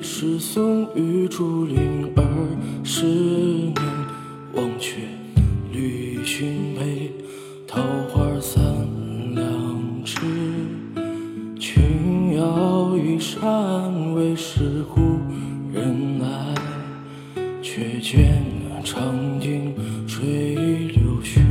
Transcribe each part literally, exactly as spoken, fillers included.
是松雨竹林二十年，忘却绿蕖佩，桃花三两枝。群瑶玉山为是故人来，却见长亭水流去，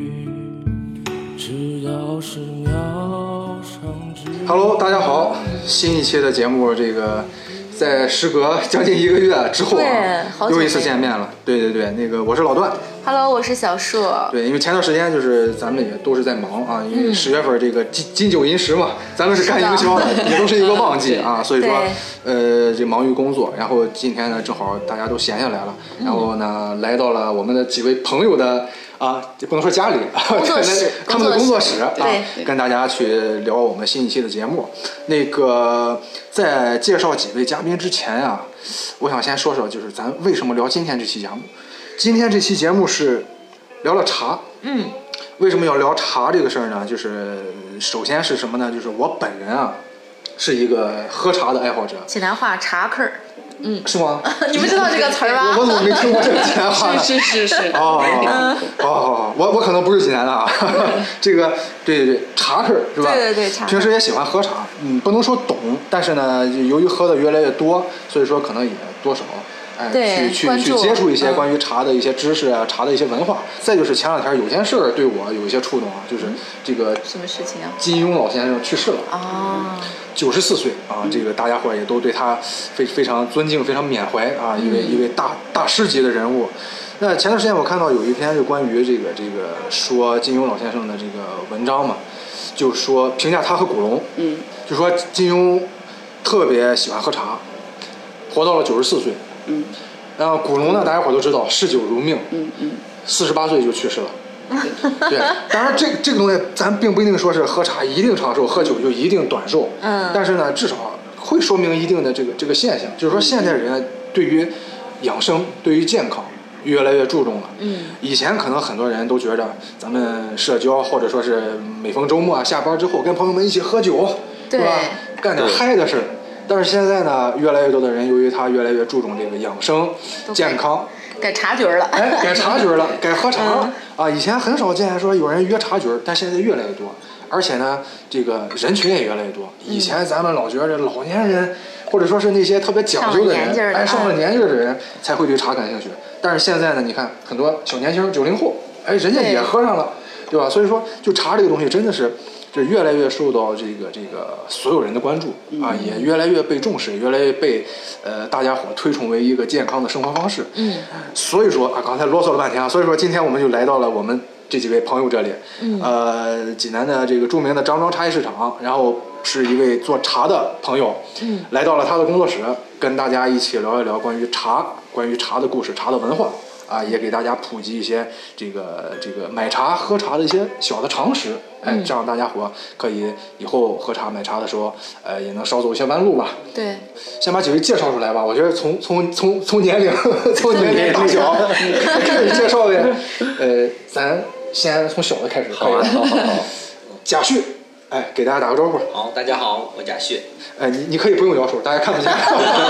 知道是鸟上枝。 Hello， 大家好，新一期的节目，这个在时隔将近一个月之后啊，又一次见面了。对对对，那个我是老段。 Hello， 我是小树。对， 因为前段时间就是咱们也都是在忙啊，因为十月份这个金金九银十嘛，咱们是干营销的，也都是一个旺季啊，所以说呃这忙于工作，然后今天呢正好大家都闲下来了，然后呢来到了我们的几位朋友的啊，也不能说家里， 工作室他们的工作室啊， 对， 跟大家去聊我们新一期的节目。那个在介绍几位嘉宾之前啊，我想先说说，就是咱为什么聊今天这期节目。今天这期节目是聊了茶， 嗯， 为什么要聊茶这个事儿呢？就是首先是什么呢？就是我本人啊，是一个喝茶的爱好者。 济南话茶客儿，嗯， 是吗？ 你不知道这个词儿吗？ 我怎么没听过这个济南话呢？ 是是是是。 哦，好好好，我我可能不是济南的啊。这个，对对对，茶客是吧？ 对对对，茶。 平时也喜欢喝茶，嗯，不能说懂，但是呢，由于喝的越来越多，所以说可能也多少。哎，去去去接触一些关于茶的一些知识啊，嗯、茶的一些文化。再就是前两天有件事儿对我有一些触动啊，就是这个什么事情啊？ 金庸老先生去世了啊， 九十四岁啊，这个大家伙也都对他非非常尊敬，非常缅怀啊，一位、嗯、一位大大师级的人物。那前段时间我看到有一篇就关于这个这个说金庸老先生的这个文章嘛，就说评价他和古龙， 嗯， 就说金庸特别喜欢喝茶，活到了九十四岁。 嗯， 然后古龙呢，大家伙都知道嗜酒如命， 嗯嗯， 四十八岁就去世了。对，当然这这个东西咱并不一定说是喝茶一定长寿，喝酒就一定短寿。 嗯， 但是呢，至少会说明一定的这个这个现象，就是说现代人对于养生、对于健康越来越注重了。 嗯， 以前可能很多人都觉着咱们社交或者说是每逢周末啊，下班之后跟朋友们一起喝酒， 对吧？干点嗨的事儿。但是现在呢，越来越多的人由于他越来越注重这个养生、健康， 改茶局了， 哎，改茶局了，改喝茶了、嗯、啊！以前很少见说有人约茶局，但现在越来越多，而且呢，这个人群也越来越多。以前咱们老觉着老年人，或者说是那些特别讲究的人，哎，上了年纪的人才会对茶感兴趣。但是现在呢，你看很多小年轻九零后，哎，人家也喝上了， 对, 对吧？所以说，就茶这个东西真的是。就越来越受到这个这个所有人的关注啊，也越来越被重视，越来越被呃大家伙推崇为一个健康的生活方式。 嗯， 所以说啊，刚才啰嗦了半天啊，所以说今天我们就来到了我们这几位朋友这里。 嗯， 呃，济南的这个著名的张庄茶艺市场，然后是一位做茶的朋友， 嗯， 来到了他的工作室，跟大家一起聊一聊关于茶、关于茶的故事、茶的文化。啊，也给大家普及一些这个这个买茶喝茶的一些小的常识，哎，这样大家伙可以以后喝茶买茶的时候，呃，也能少走一些弯路吧。 对， 先把几位介绍出来吧。我觉得从从从从年龄从年龄大小开始介绍呗。呃，咱先从小的开始。 好啊，好好好。 贾旭，哎，给大家打个招呼。 好，大家好，我贾旭。 哎，你你可以不用摇手，大家看不见。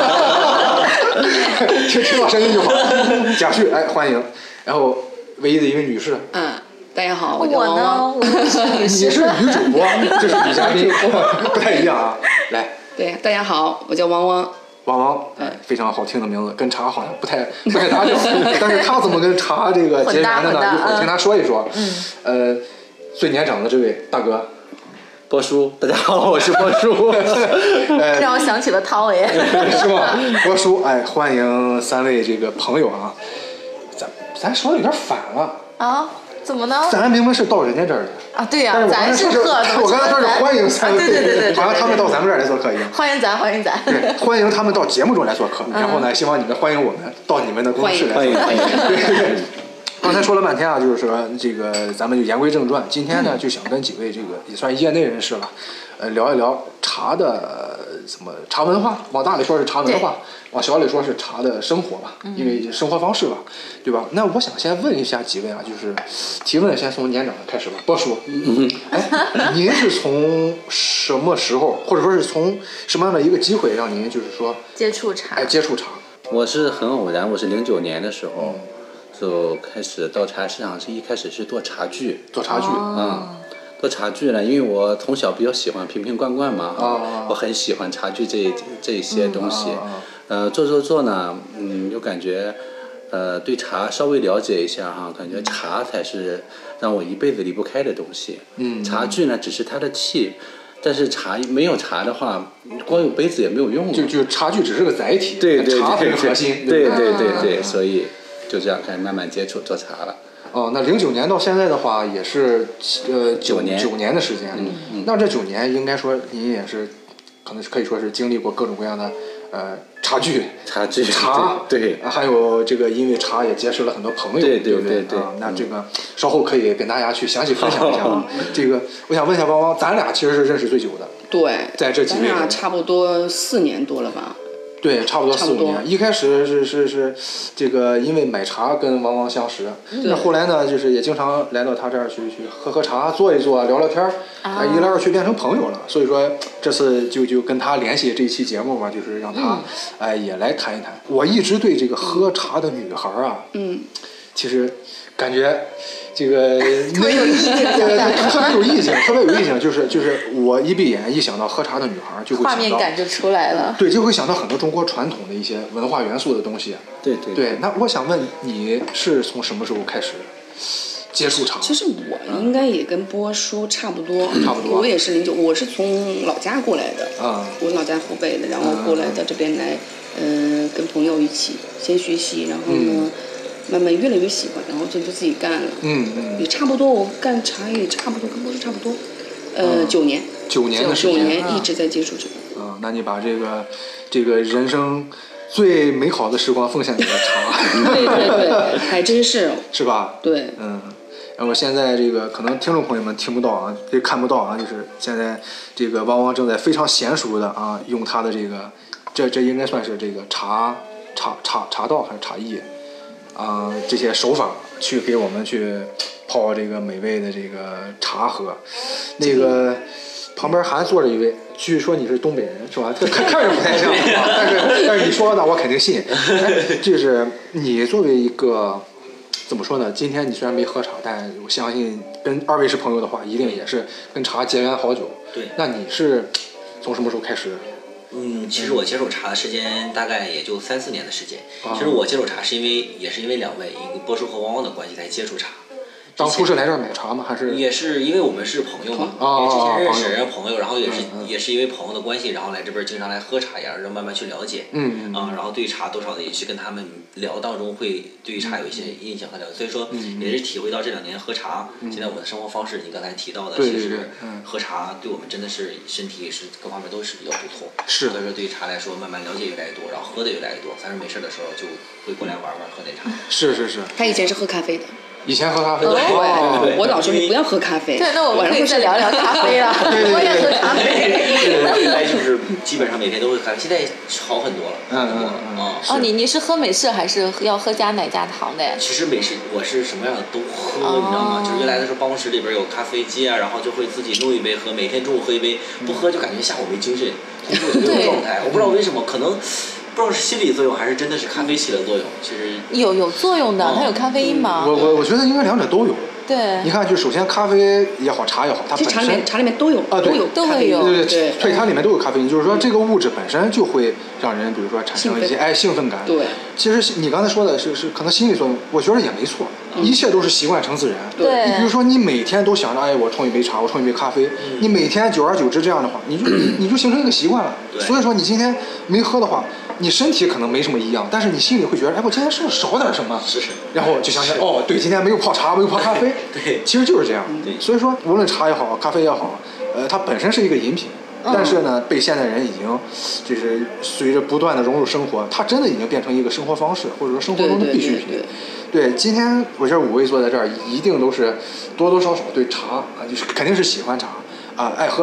听听到声音就好。贾旭，哎，欢迎。然后唯一的一位女士。 嗯，大家好，我叫王王。我呢？ 你是女主播，这是女嘉宾，不太一样啊。来。 对，大家好，我叫王王。 王王，哎，非常好听的名字，跟茶好像不太不太搭调，但是他怎么跟茶这个结缘的呢？一会儿听他说一说。 嗯。 呃，最年长的这位大哥。 波叔，大家好，我是波叔。 哎、让我想起了涛爷， 是吗？波叔，哎，欢迎三位这个朋友啊。咱咱说的有点反了啊？怎么呢？ 咱明明是到人家这儿的啊，对呀、 啊， 咱是客， 我刚才说是欢迎三位， 啊、对对对 对, 对， 好像他们到咱们这儿来做客一样。 欢迎咱，欢迎咱。 对，欢迎他们到节目中来做客，嗯、然后呢，希望你们欢迎我们到你们的工作室来。 欢迎欢迎。 对对对。刚才说了半天啊，就是说这个咱们就言归正传。今天呢，就想跟几位这个也算业内人士了，呃，聊一聊茶的怎么茶文化，往大里说是茶文化，往小里说是茶的生活吧，因为生活方式吧，对吧？那我想先问一下几位啊，就是提问先从年长的开始吧，波叔，嗯，哎，您是从什么时候，或者说是从什么样的一个机会让您就是说接触茶？ 哎，接触茶？ 我是很偶然，我是零九年的时候、嗯、就开始到茶市场，是一开始是做茶具， 做茶具， 哦、 嗯。做茶具呢，因为我从小比较喜欢瓶瓶罐罐嘛， 哦、 我很喜欢茶具这这一些东西， 嗯、 呃，做做做呢，嗯，就感觉，呃，对茶稍微了解一下哈，感觉茶才是让我一辈子离不开的东西。 嗯， 茶具呢只是它的器，但是茶没有茶的话，光有杯子也没有用。 就就茶具只是个载体， 对对对， 茶才是核心。 对对对对对，所以就这样开始慢慢接触做茶了。 哦，那零九年到现在的话，也是呃九年九年的时间。 嗯嗯。 那这九年应该说您也是，可能是可以说是经历过各种各样的呃茶具、 茶具、 茶， 对， 还有这个因为茶也结识了很多朋友， 对对不对对。 啊，那这个稍后可以跟大家去详细分享一下啊。这个我想问一下汪汪，咱俩其实是认识最久的。 对。 在这几位。 咱俩差不多四年多了吧。 对，差不多四五年。一开始是是是，这个因为买茶跟汪汪相识，那后来呢，就是也经常来到他这儿去去喝喝茶、坐一坐、聊聊天儿，啊，一来二去变成朋友了。所以说这次就就跟他联系这一期节目嘛，就是让他哎、嗯、也来谈一谈。我一直对这个喝茶的女孩啊， 嗯， 其实感觉。这个特别有意境， 特别有意境，特别有意境，就是就是我一闭眼一想到喝茶的女孩，就会想到画面感就出来了。 对，就会想到很多中国传统的一些文化元素的东西。 对对对。那我想问你是从什么时候开始接触茶？ 其实我应该也跟波叔差不多， 差不多。 我也是零九，我是从老家过来的， 啊、嗯， 我老家湖北的，然后过来到这边来，嗯、呃，跟朋友一起先学习，然后呢。嗯，慢慢越来越喜欢，然后就就自己干了。 嗯嗯。 也差不多，我干茶也差不多，跟波叔差不多。呃，九、嗯、年。 九年的时间。 九年一直在接触这个。 啊、嗯，那你把这个这个人生最美好的时光奉献给了茶。 对对对，还真是。 是吧？ 对。 嗯。然后现在这个可能听众朋友们听不到啊，也看不到啊，就是现在这个汪汪正在非常娴熟的啊，用他的这个，这这应该算是这个茶茶茶茶道还是茶艺？啊、呃，这些手法去给我们去泡这个美味的这个茶喝。那个旁边还坐着一位，据说你是东北人是吧？看看着不太像，但是但是你说的我肯定信。就是你作为一个怎么说呢？今天你虽然没喝茶，但我相信跟二位是朋友的话，一定也是跟茶结缘好久。 对。 那你是从什么时候开始？ 嗯，其实我接触茶的时间大概也就三四年的时间。其实我接触茶是因为也是因为两位，一个波叔和汪汪的关系才接触茶。 当初是来这儿买茶吗？还是？ 也是因为我们是朋友嘛， 哦、 因为之前认识人家朋友，然后也是、 嗯嗯、 也是因为朋友的关系，然后来这边经常来喝茶呀，然后慢慢去了解。 嗯嗯。 啊，然后对茶多少的也去跟他们聊当中会对于茶有一些印象和了解，所以说也是体会到这两年喝茶， 嗯、 现在我的生活方式，你刚才提到的， 对其实喝茶对我们真的是身体是各方面都是比较不错。 是。 所以说对于茶来说，慢慢了解越来越多，然后喝的越来越多，反正没事的时候就会过来玩玩喝点茶。 是是是。 他以前是喝咖啡的。 以前喝咖啡的， 哦、我老说你不要喝咖啡。 对，那我们可以再聊聊咖啡了。我也喝咖啡。 现在就是基本上每天都会喝咖啡，现在好很多了。 嗯嗯嗯。 哦，你你是喝美式还是要喝加奶加糖的呀？ 其实美式我是什么样的都喝，哦、你知道吗？就是原来的时候办公室里边有咖啡机啊，然后就会自己弄一杯喝，每天中午喝一杯，不喝就感觉下午没精神，工作就没有状态。我不知道为什么，可能。不知道是心理作用还是真的是咖啡起了作用，其实有有作用的，它有咖啡因吗？ 我我我觉得应该两者都有。 对。 你看，就首先咖啡也好，茶也好，它本身茶里面茶里面都有啊， 都有都会有。 对对对，对它里面都有咖啡因，就是说这个物质本身就会让人，比如说产生一些哎兴奋感。 对。 其实你刚才说的是是可能心理作用，我觉得也没错，一切都是习惯成自然。 对。 你比如说你每天都想着哎我冲一杯茶，我冲一杯咖啡，你每天久而久之这样的话，你就你就形成一个习惯了。所以说你今天没喝的话。你身体可能没什么异样，但是你心里会觉得，哎，我今天是不是少点什么？ 是是。 然后就想想，哦，对，今天没有泡茶，没有泡咖啡。 对。 其实就是这样。 对。 所以说，无论茶也好，咖啡也好，呃，它本身是一个饮品， 嗯、 但是呢，被现代人已经，就是随着不断的融入生活，它真的已经变成一个生活方式，或者说生活中的必需品。 对, 对, 对, 对, 对，今天我觉得五位坐在这儿，一定都是多多少少对茶啊，就是肯定是喜欢茶啊，爱喝茶。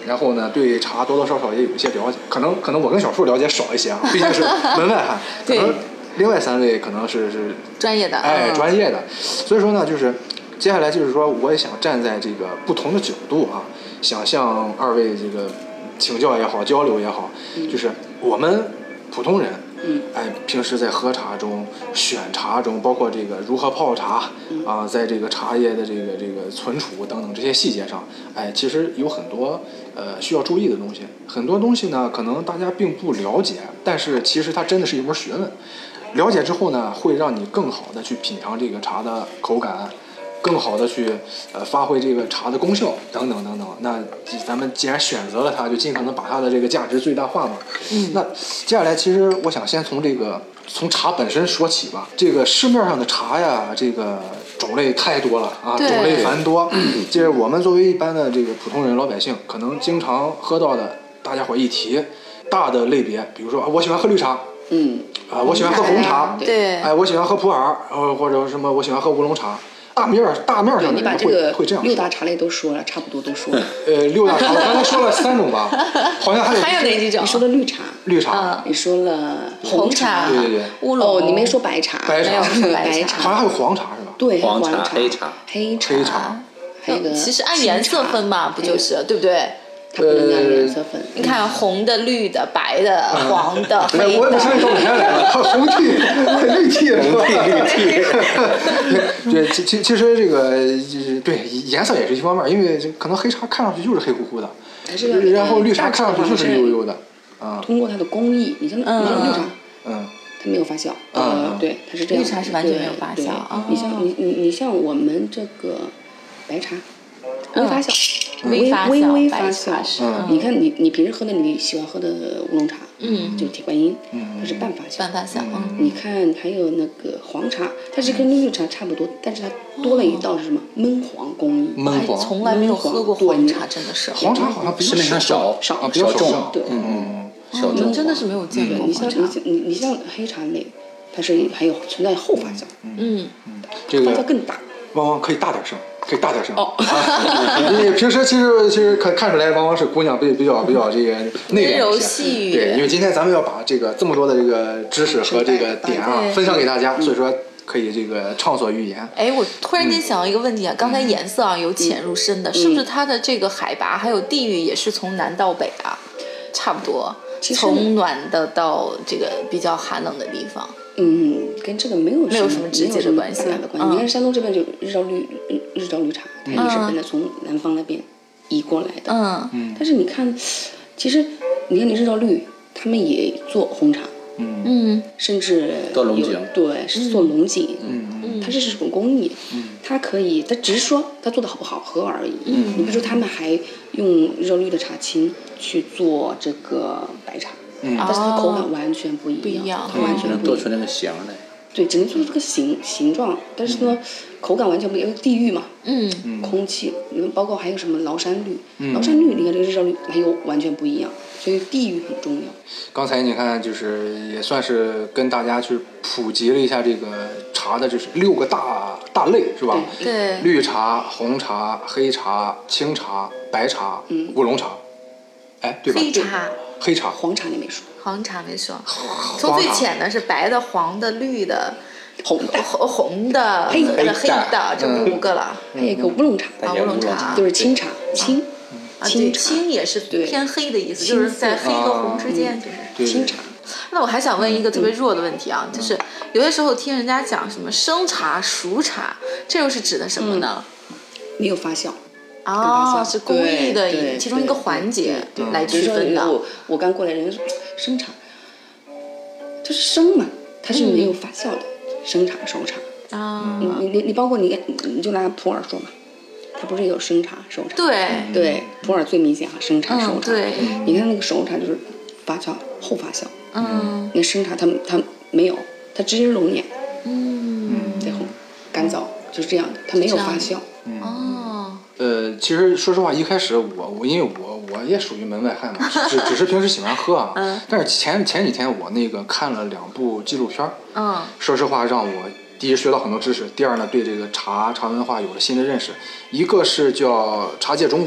然后呢，对茶多多少少也有一些了解。可能可能我跟小树了解少一些啊，毕竟是门外汉。可能另外三位可能是是专业的， 哎，嗯、专业的。所以说呢，就是接下来就是说，我也想站在这个不同的角度啊，想向二位这个请教也好，交流也好，嗯、就是我们普通人。 嗯， 哎，平时在喝茶中、选茶中，包括这个如何泡茶、嗯、啊，在这个茶叶的这个这个存储等等这些细节上，哎，其实有很多呃需要注意的东西。很多东西呢，可能大家并不了解，但是其实它真的是一门学问。了解之后呢，会让你更好的去品尝这个茶的口感，更好的去呃发挥这个茶的功效等等等等。那咱们既然选择了它，就尽可能把它的这个价值最大化嘛。嗯。那接下来其实我想先从这个从茶本身说起吧。这个市面上的茶呀，这个种类太多了啊，种类繁多。嗯。就是我们作为一般的这个普通人老百姓，可能经常喝到的，大家伙一提大的类别，比如说我喜欢喝绿茶。 嗯。 啊，我喜欢喝红茶。 对。 哎，我喜欢喝普洱，呃，或者什么，我喜欢喝乌龙茶。大面儿大面儿上的人会会这样。 六大茶类都说了，差不多都说了。 呃，六大茶，我刚才说了三种吧，好像还有还有哪几种？ 你说了绿茶， 绿茶， 你说了红茶， 对对对， 乌龙，哦，你没说白茶， 白茶， 白茶， 好像还有黄茶是吧？ 对， 黄茶、 黑茶、 黑茶， 黑茶， 还有个其实按颜色分嘛，不就是对不对？ 它不能按颜色分。 你看红的、绿的、白的、黄的、黑的。 我我上一周哪天来了？红 T、绿 T、 红 T、绿 T。 对，其其其实这个对颜色也是一方面，因为可能黑茶看上去就是黑乎乎的，然后绿茶看上去就是绿油油的。啊。 通过它的工艺，你像你像绿茶， 嗯， 它没有发酵，呃，对，它是这样。 绿茶是完全没有发酵。 你像你你你像我们这个白茶。微发酵， 微微微发酵。 嗯，你看你你平时喝的你喜欢喝的乌龙茶， 嗯， 就是铁观音， 嗯， 它是半发酵。 半发酵。嗯。 你看还有那个黄茶，它是跟绿茶差不多，但是它多了一道是什么焖黄工艺。 焖黄。 从来没有喝过黄茶，真的是。 黄茶好像市面上少少比较重， 对， 嗯嗯， 小众。真的是没有见过。 你像你像你你像黑茶类，它是还有存在后发酵。 嗯嗯，这个发酵更大。 汪汪可以大点声，可以大点声。哦，你平时其实其实看看出来，汪汪是姑娘，比比较比较这个内敛一些。对，因为今天咱们要把这个这么多的这个知识和这个点啊分享给大家，所以说可以这个畅所欲言。 哎，我突然间想到一个问题啊，刚才颜色啊有浅入深的，是不是它的这个海拔还有地域也是从南到北啊？差不多，从暖的到这个比较寒冷的地方。 嗯，跟这个没有没有什么直接的关系。 的关系。你看山东这边就日照绿日照绿茶，它也是本来从南方那边移过来的。 嗯嗯。但是你看，其实你看你日照绿，他们也做红茶。 嗯嗯。 甚至做龙井。 对，是做龙井。 嗯嗯。它这是种工艺。嗯。它可以，它只是说它做的好不好喝而已。 嗯。 你比如说，他们还用日照绿的茶青去做这个白茶。 嗯， 但是它口感完全不一样，它完全能做出那个香来。 对，只能做出这个形形状，但是呢，口感完全不一样。地域嘛， 嗯， 空气，你们包括还有什么崂山绿，崂山绿你看这个日照绿还有完全不一样，所以地域很重要。 刚才你看，就是也算是跟大家去普及了一下这个茶的，就是六个大大类，是吧？ 对。 绿茶、红茶、黑茶、青茶、白茶、乌龙茶，哎，对吧？ 黑茶。 黑茶、 黄茶你没说， 黄茶没说。从最浅的是白的、黄的、绿的、 红的、 红的、黑的、黑的，这五个了。 还有一个乌龙茶， 啊，乌龙茶就是清茶，清。 啊，对，清也是偏黑的意思，就是在黑和红之间， 就是清茶。 那我还想问一个特别弱的问题啊，就是有些时候听人家讲什么生茶、熟茶，这又是指的什么呢？ 没有发酵。 哦，是工艺的其中一个环节来区分的。 我我刚过来，人家说生茶，它是生嘛，它是没有发酵的，生茶、熟茶。 啊。 你你你你包括你你就拿普洱说嘛，它不是有生茶、熟茶？ 对。 对，普洱最明显啊，生茶、熟茶。 对。 你看那个熟茶就是发酵后发酵。 嗯。 那生茶它它没有，它直接揉捻。 嗯。 再烘干燥就是这样的，它没有发酵。 哦。 呃，其实说实话，一开始我我因为我我也属于门外汉嘛，只只是平时喜欢喝啊。 嗯。 但是前前几天我那个看了两部纪录片。 嗯。 说实话，让我第一学到很多知识，第二呢对这个茶茶文化有了新的认识。一个是叫《茶界中国》，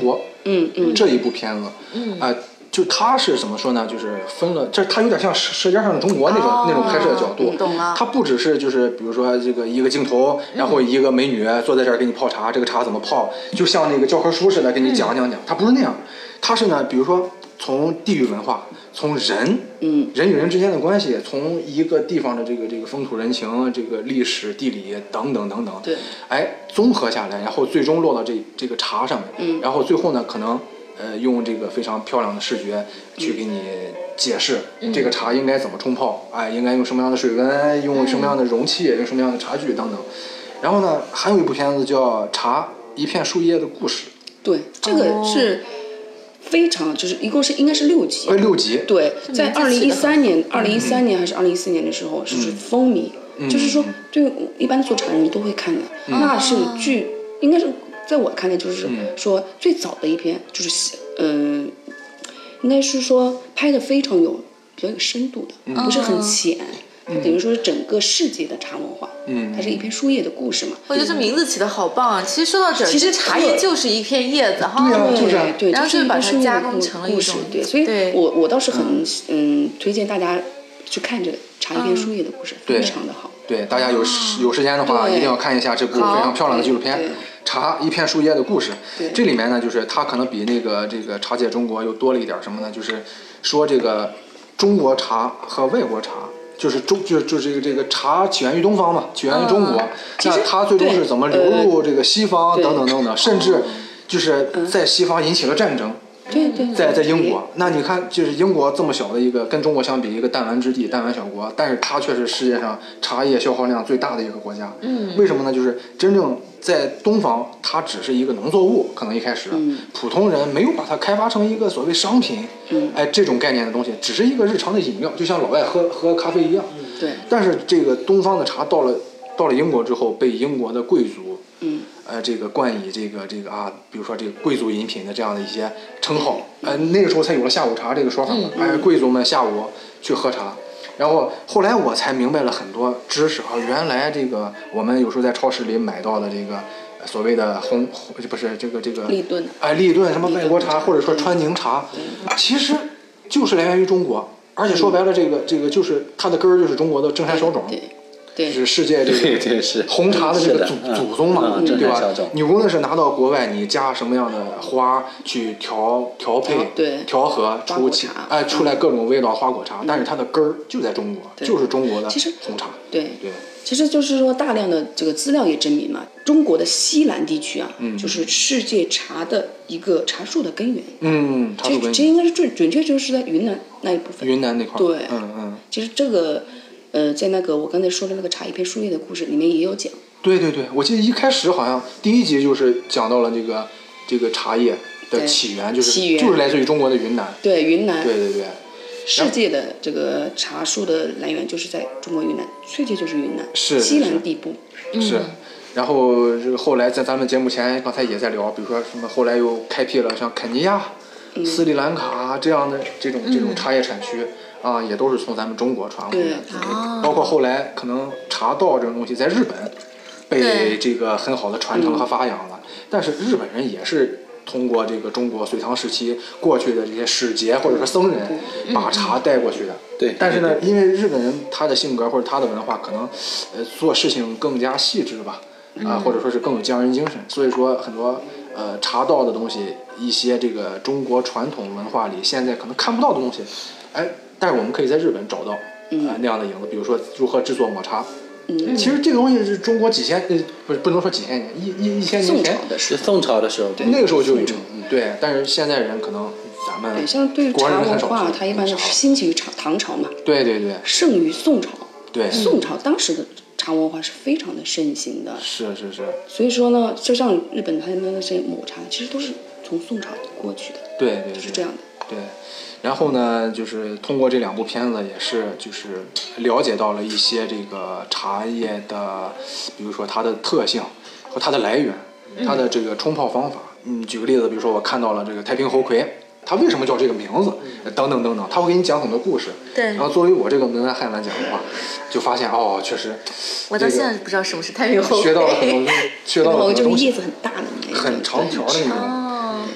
嗯嗯， 这一部片子，嗯啊、呃，就它是怎么说呢？就是分了，这它有点像《舌尖上的中国》那种、哦、那种拍摄角度， 懂了。 它不只是就是比如说这个一个镜头，然后一个美女坐在这儿给你泡茶，这个茶怎么泡，就像那个教科书似的给你讲讲讲，它不是那样，它是呢，比如说从地域文化。从人， 嗯， 人与人之间的关系，从一个地方的这个这个风土人情、这个历史、地理等等等等， 对， 哎，综合下来，然后最终落到这这个茶上面， 嗯， 然后最后呢，可能呃用这个非常漂亮的视觉去给你解释、嗯、这个茶应该怎么冲泡，哎，应该用什么样的水温，用什么样的容器，用什么样的茶具等等。然后呢，还有一部片子叫《茶一片树叶的故事》， 对，这个是。哦非常就是一共是应该是六集， 呃六集， 对，在二零一三年、二零一三年还是二零一四年的时候，就是风靡， 嗯、 就是说对一般做茶人都会看的， 嗯、 那是据应该是在我看来就是说最早的一篇，就是嗯、呃，应该是说拍的非常有比较有深度的， 嗯、 不是很浅。它等于说是整个世界的茶文化， 嗯， 它是一片树叶的故事嘛。 我觉得这名字起的好棒啊！其实说到这儿， 其实茶叶就是一片叶子哈， 对啊，就是对， 然后就把它加工成了一种， 对，所以我我倒是很嗯推荐大家去看这个茶一片树叶的故事，非常的好。 对，大家有有时间的话，一定要看一下这部非常漂亮的纪录片《茶一片树叶的故事》。这里面呢，就是它可能比那个这个《茶界中国》又多了一点什么呢？就是说这个中国茶和外国茶。就是中就就这个这个茶起源于东方嘛，起源于中国， 嗯、 那它最终是怎么流入这个西方、呃、等等等等，甚至就是在西方引起了战争。 对对、嗯， 在在英国，那你看，就是英国这么小的一个，跟中国相比，一个弹丸之地、弹丸小国，但是它却是世界上茶叶消耗量最大的一个国家。 嗯， 为什么呢？就是真正在东方，它只是一个农作物，可能一开始、 嗯、 普通人没有把它开发成一个所谓商品， 嗯， 哎，这种概念的东西，只是一个日常的饮料，就像老外喝喝咖啡一样。 嗯、对。 但是这个东方的茶到了到了英国之后，被英国的贵族， 嗯。 呃，这个冠以这个这个啊，比如说这个贵族饮品的这样的一些称号，呃，那个时候才有了下午茶这个说法嘛。哎，贵族们下午去喝茶，然后后来我才明白了很多知识啊，原来这个我们有时候在超市里买到的这个所谓的红，不是这个这个立顿， 哎，立顿什么外国茶，或者说川宁茶，其实就是来源于中国，而且说白了，这个这个就是它的根儿就是中国的正山小种。 对， 是世界这个红茶的这个祖祖宗嘛，对吧？你无论是拿到国外，你加什么样的花去调调配、 对调和出茶，哎，出来各种味道花果茶，但是它的根儿就在中国，就是中国的红茶。 对对， 其实就是说大量的这个资料也证明嘛，中国的西南地区啊， 嗯， 就是世界茶的一个茶树的根源。 嗯，茶树根源。 这应该是准准确就是在云南那一部分。 云南那块。 对， 嗯嗯。 其实这个。呃，在那个我刚才说的那个茶一片树叶的故事里面也有讲。 对对对，我记得一开始好像第一集就是讲到了这个这个茶叶的起源，就是就是来自于中国的云南。 对，云南。 对对对。 世界的这个茶树的来源就是在中国云南，确切就是云南。 是。 西南地部。 是。然后这个后来在咱们节目前刚才也在聊，比如说什么后来又开辟了像肯尼亚、 嗯、 斯里兰卡这样的这种这种茶叶产区。啊，也都是从咱们中国传过来的，包括后来可能茶道这种东西在日本被这个很好的传承和发扬了，但是日本人也是通过这个中国隋唐时期过去的这些使节或者说僧人把茶带过去的。 对。 但是呢，因为日本人他的性格或者他的文化可能呃做事情更加细致吧，啊、呃、或者说是更有匠人精神，所以说很多呃茶道的东西，一些这个中国传统文化里现在可能看不到的东西，哎。但是我们可以在日本找到， 嗯、 呃那样的影子，比如说如何制作抹茶。 嗯， 其实这个东西是中国几千呃不是不能说几千年，一一一千年前是宋朝的时候， 那个时候就有。对，但是现在人可能咱们对，像对于茶文化，它一般是兴起于唐唐朝嘛。 对对对。 盛于宋朝。 对。 宋朝当时的茶文化是非常的盛行的。 是是是。 所以说呢，就像日本他们那些抹茶，其实都是从宋朝过去的。 对对对。 是这样的。 对。然后呢，就是通过这两部片子，也是就是了解到了一些这个茶叶的，比如说它的特性和它的来源，它的这个冲泡方法。嗯，举个例子，比如说我看到了这个太平猴魁，它为什么叫这个名字，等等等等，他会给你讲很多故事。 对。 然后作为我这个门外汉来讲的话，就发现哦，确实。 我到现在不知道什么是太平猴魁。 学到了很多，学到了很多东西。 就是叶子很大的那种。 很长条的那种。 哦。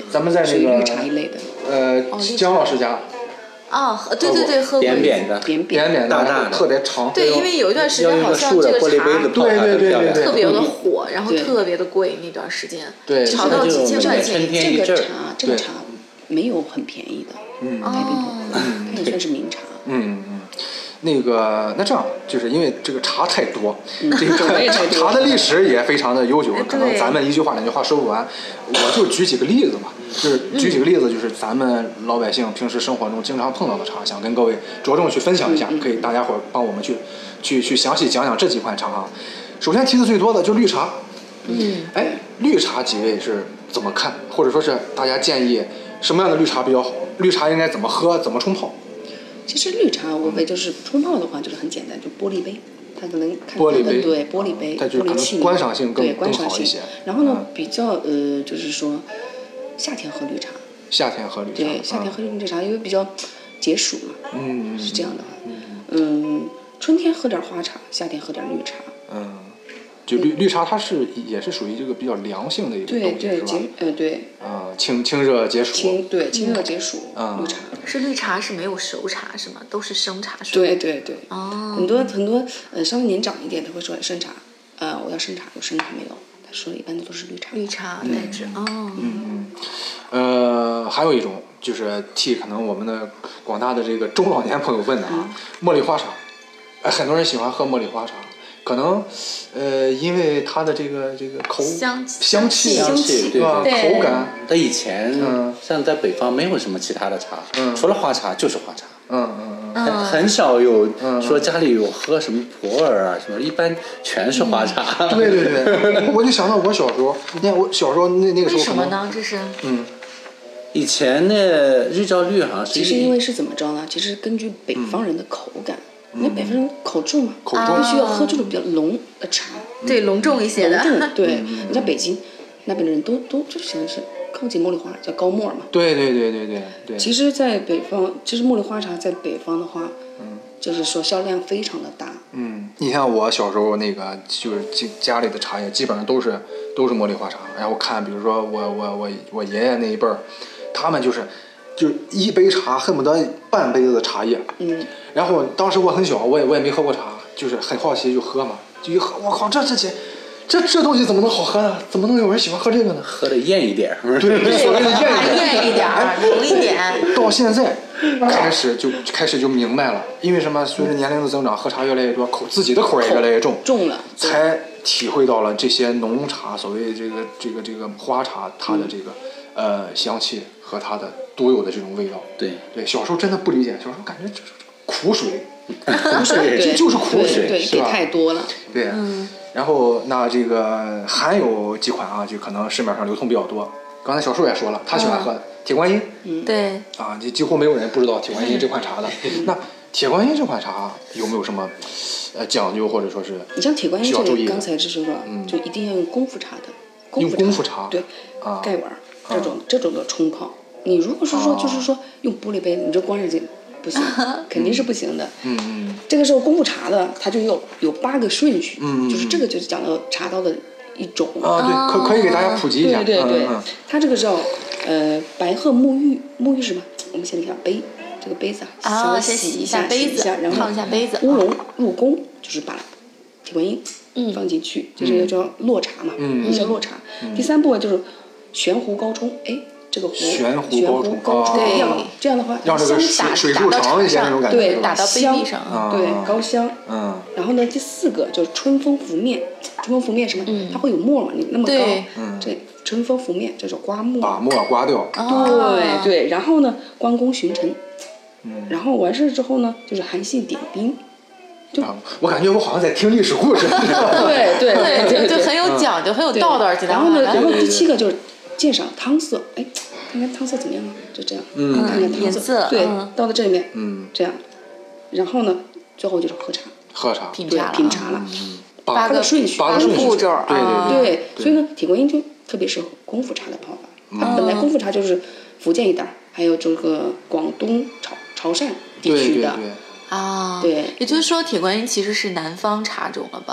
咱们在那个属于绿茶一类的。 呃，姜老师家。 啊，对对对，喝过扁扁的， 扁扁扁的， 大大的， 特别长。 对，因为有一段时间好像这个茶， 对对对对对， 特别的火，然后特别的贵那段时间， 对， 炒到几千块钱。 这个茶，这个茶没有很便宜的， 嗯， 太平头，它也算是名茶。 嗯嗯。那个，那这样，就是因为这个茶太多，这个茶的历史也非常的悠久，可能咱们一句话两句话说不完，我就举几个例子吧，就是举几个例子，就是咱们老百姓平时生活中经常碰到的茶，想跟各位着重去分享一下，可以大家伙帮我们去去去详细讲讲这几款茶哈。首先提的最多的就绿茶， 嗯， 哎，绿茶几位是怎么看，或者说是大家建议什么样的绿茶比较好？绿茶应该怎么喝，怎么冲泡？ 其实绿茶无非就是冲泡的话，就是很简单，就玻璃杯，它可能看玻璃杯， 对玻璃杯， 它就可能观赏性更更好一些。 然后呢，比较呃，就是说夏天喝绿茶， 夏天喝绿茶， 对，夏天喝绿茶，因为比较解暑嘛， 嗯， 是这样的。嗯，春天喝点花茶，夏天喝点绿茶。 嗯。就绿绿茶，它是也是属于这个比较凉性的一个东西， 对对，解呃对。 啊，清清热解暑。 清对清热解暑。 啊， 绿茶是绿茶是没有熟茶是吗？都是生茶是吗？ 对对对。 哦。 很多很多呃稍微年长一点，他会说生茶，呃我要生茶，有生茶没有？他说一般的都是绿茶。 绿茶代指哦。 嗯嗯。呃，还有一种就是替可能我们的广大的这个中老年朋友问的啊，茉莉花茶，哎，很多人喜欢喝茉莉花茶。可能，呃，因为它的这个这个口香香气香气对吧？口感。 它以前嗯， 像在北方没有什么其他的茶， 嗯， 除了花茶就是花茶， 嗯嗯嗯，很很少有说家里有喝什么普洱啊什么，一般全是花茶。 对对对，我就想到我小时候，你看我小时候那那个时候为什么呢？这是嗯， 以前的日照绿好像是其实因为是怎么着呢？其实根据北方人的口感。因为北方人口重嘛， 口重必须要喝这种比较浓的茶， 对浓重一些的。 浓重，对。你像北京那边的人都都就喜欢是靠近茉莉花，叫高沫嘛。 对对对对对对。 其实，在北方，其实茉莉花茶在北方的话，嗯，就是说销量非常的大。 嗯，你像我小时候那个，就是家里的茶叶基本上都是都是茉莉花茶，然后看，比如说我我我我爷爷那一辈儿，他们就是。就一杯茶恨不得半杯子的茶叶， 嗯， 然后当时我很小，我也我也没喝过茶，就是很好奇就喝嘛，就一喝，我靠，这这这这这东西怎么能好喝呢？怎么能有人喜欢喝这个呢？ 喝的艳一点，是不是？ 对对，所谓的艳一点， 艳一点，浓一点。 到现在开始就开始就明白了，因为什么？随着年龄的增长，喝茶越来越多，口自己的口味也越来越重， 重了， 才体会到了这些浓茶，所谓这个这个这个花茶，它的这个、嗯、呃香气和它的独有的这种味道。 对对，小时候真的不理解，小时候感觉这这苦水， 苦水， 这就是苦水， 对， 是吧？ 给太多了。 对，嗯。然后那这个还有几款啊，就可能市面上流通比较多。刚才小树也说了，他喜欢喝的、嗯、铁观音， 嗯，对， 啊，这几乎没有人不知道铁观音这款茶的。 嗯、 那铁观音这款茶有没有什么呃讲究，或者说是你像铁观音这个，刚才是说说，嗯，就一定要用功夫茶的，功夫用功夫茶， 对， 啊， 盖碗这种、啊、这种的冲泡。你如果是说、啊、就是说用玻璃杯，你这光是这不行，肯定是不行的。 嗯嗯。 这个时候功夫茶的，它就有有八个顺序， 嗯， 就是这个就是讲到茶道的一种啊，对，可可以给大家普及一下。 对对对， 嗯、 它这个叫呃白鹤沐浴，沐浴是什么？我们先看杯，这个杯子啊， 啊， 先洗一下杯子， 然后烫一下杯子。 乌龙入宫就是把铁观音放进去，这是叫落茶嘛，一些落茶。第三步就是悬壶高冲，哎。这个壶悬壶高冲，高冲这样，这样的话， 让这个水水柱长一些那种感觉， 对， 打到杯壁上， 对，高香。 嗯。 然后呢，第四个就是春风拂面，春风拂面什么？它会有沫嘛？你那么高，这春风拂面，这叫刮沫。 把沫刮掉。 对对，然后呢，关公巡城。嗯。然后完事之后呢，就是韩信点兵。就我感觉我好像在听历史故事。 对对对，就很有讲究，很有道道。 然后呢，然后第七个就是鉴赏汤色，哎。看看汤色怎么样啊？就这样， 嗯， 看看汤色， 对，倒到这里面， 嗯， 这样，然后呢，最后就是喝茶， 喝茶， 品茶了， 品茶了， 八个顺序， 八个步骤， 对对对，所以呢，铁观音就特别适合功夫茶的泡法。它本来功夫茶就是福建一带，还有这个广东潮潮汕地区的对对对啊， 对， 也就是说铁观音其实是南方茶种了吧？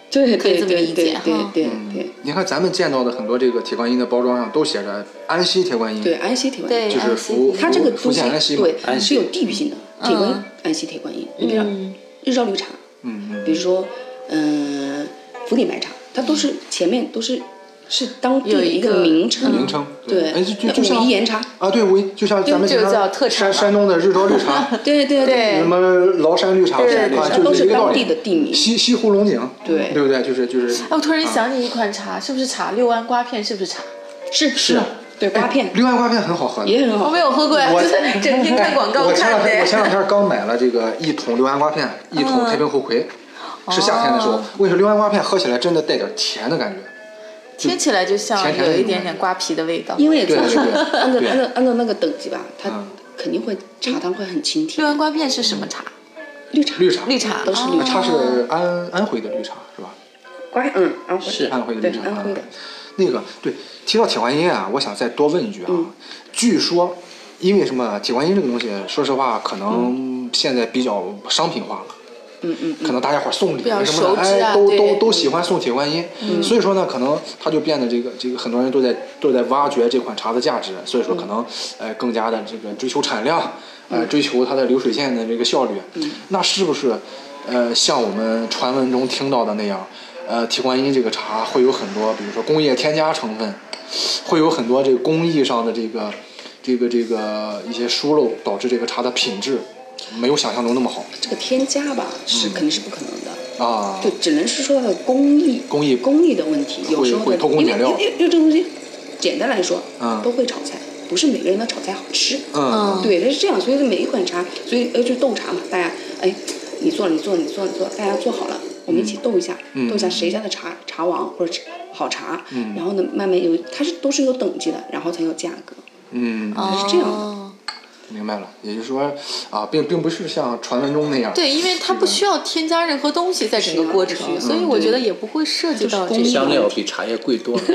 对可以对对这么理解对对哈。 对对你看咱们见到的很多这个铁观音的包装上都写着安溪铁观音， 对，安溪铁观音， 对就是福它这个福东西建安溪嘛， 对安溪是有地域性的，铁观音嗯安溪铁观音，你比如日照绿茶， 嗯嗯比如说嗯福鼎白茶，它都是前面都是是当地的一个名称， 名称， 对， 哎就就就像武夷岩茶， 啊，对，我就像咱们经常这个叫特产嘛山山东的日照绿茶， 对对对什么崂山绿茶， 对啊， 它都就是一个道当地理。 的地名， 西西湖龙井， 对对不对？就是就是。 哎，我突然想起一款茶，是不是茶？六安瓜片是不是茶？ 是是，对瓜片六安瓜片很好喝的， 也很好我没，有喝过呀， 我就是整天看广告我前看的。 两天我前两天刚买了这个一桶六安瓜片，一桶太平猴魁，是夏天的时候。我跟你说，六安瓜片喝起来真的带点甜的感觉。 听起来就像甜甜的有一点点瓜皮的味道。 因为对对对按照对按照按照那个等级吧，它嗯肯定会茶汤会很清甜， 六安瓜片是什么茶？ 绿茶绿茶， 绿茶都是哦绿茶它是安安徽的绿茶是吧？ 瓜嗯安徽是对安徽的绿茶。 安徽的， 那个对，提到铁观音啊，我想再多问一句啊， 嗯据说因为什么铁观音这个东西，说实话可能现在比较商品化了。 嗯嗯可能大家伙送礼比较什么的， 熟知啊哎，都对都都喜欢送铁观音，所以说呢，可能它就变得这个这个很多人都在都在挖掘这款茶的价值，所以说可能呃更加的这个追求产量，呃追求它的流水线的这个效率，那是不是呃像我们传闻中听到的那样，呃铁观音这个茶会有很多，比如说工业添加成分，会有很多这个工艺上的这个这个这个一些疏漏，导致这个茶的品质没有想象中那么好这个添加吧是肯定是不可能的， 啊。 对，只能是说它的工艺工艺工艺的问题，有时候会的因为偷工减料因为因为这个东西，简单来说， 嗯都会炒菜，不是每个人的炒菜好吃， 嗯对，它是这样，所以每一款茶，所以呃就斗茶嘛，大家哎，你做你做你做你做，大家做好了，我们一起斗一下， 嗯斗一下谁家的茶茶王或者是好茶， 嗯然后呢慢慢有它是都是有等级的，然后才有价格， 嗯， 它是这样的。 哦明白了，也就是说啊，并并不是像传闻中那样。 对，因为它不需要添加任何东西在整个过程， 是啊所以我觉得也不会涉及到这就是个。 香料比茶叶贵多了。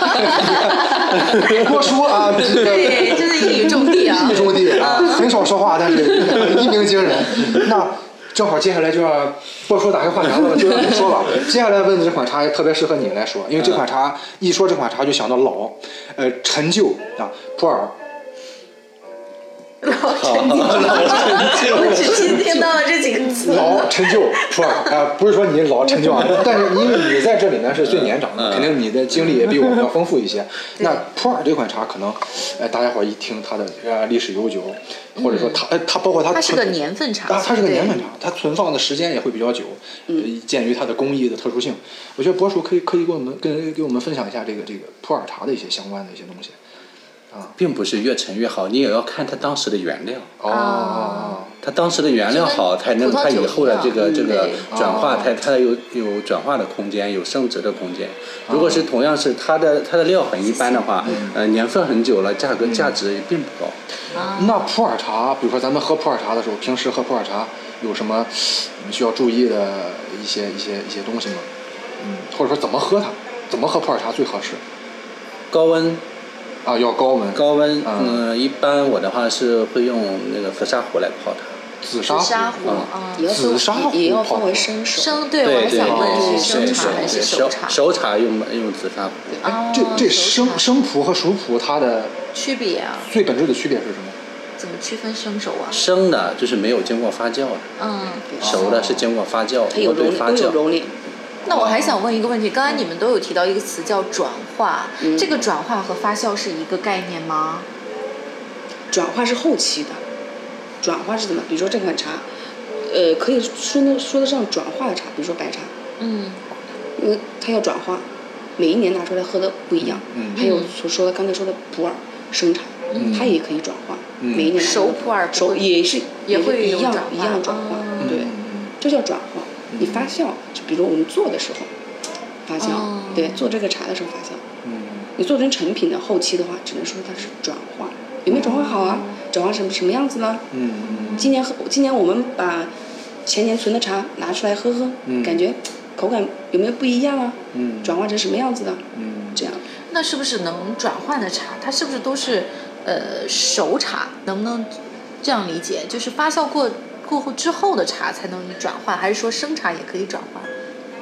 郭叔啊，这个对，真是一语中的啊一！语中的啊，很少说话，但是一鸣惊人。那正好接下来就要郭叔打开话匣子了，就让你说吧。接下来问的这款茶也特别适合你来说，因为这款茶一说这款茶就想到老，呃，陈旧啊，普洱。 老陈旧，我只听听到了这几个词。 老陈旧普洱啊，不是说你老陈旧啊，但是因为你在这里面是最年长的，肯定你的经历也比我们要丰富一些。那普洱这款茶可能，呃，大家伙一听它的呃历史悠久，或者说它呃它包括它它是个存年份茶啊，它是个对年份茶，它存放的时间也会比较久，呃鉴于它的工艺的特殊性，我觉得博叔可以可以给我们跟给我们分享一下这个这个普洱茶的一些相关的一些东西。 并不是越陈越好，你也要看它当时的原料。 哦， 它当时的原料好，才能它以后的这个这个转化，它它有有转化的空间，有升值的空间。如果是同样是它的它的料很一般的话，呃，年份很久了，价格价值也并不高。 那普洱茶，比如说咱们喝普洱茶的时候，平时喝普洱茶有什么需要注意的一些一些一些东西吗？嗯，或者说怎么喝它，怎么喝普洱茶最合适？ 高温。 啊，要高温。 高温， 嗯嗯、呃，一般我的话是会用那个紫砂壶来泡它。 紫砂紫砂壶壶啊， 也要分紫砂壶也要泡分为生熟， 生对， 对我还想问对是生茶还是熟茶？ 熟茶用用紫砂壶。 哦这这熟茶生生普和熟普它的区别啊？ 最本质的区别是什么？ 怎么区分生熟啊？ 生的就是没有经过发酵的， 嗯， 熟的是经过发酵， 它有对发熔都有酵。 熔炼。 那我还想问一个问题，刚才你们都有提到一个词叫转化， 嗯这个转化和发酵是一个概念吗？ 转化是后期的，转化是怎么？比如说这款茶，呃，可以说呢说得上转化的茶，比如说白茶， 嗯， 因为它要转化，每一年拿出来喝的不一样。 嗯还有所说的刚才说的普洱生茶， 嗯它也可以转化， 嗯每一年拿出来熟普洱不熟会也是也会是一样有转化一样的转化， 哦对，这叫转化。你发酵，就比如我们做的时候发酵， 哦对，做这个茶的时候发酵。 嗯你做成成品的后期的话，只能说它是转化，有没有转化好啊？转化成什么样子呢？ 嗯今年喝，今年我们把前年存的茶拿出来喝喝， 嗯感觉口感有没有不一样啊？ 嗯转化成什么样子的？ 嗯这样。 那是不是能转换的茶，它是不是都是呃熟茶？能不能这样理解？就是发酵过过后之后的茶才能转换，还是说生茶也可以转换？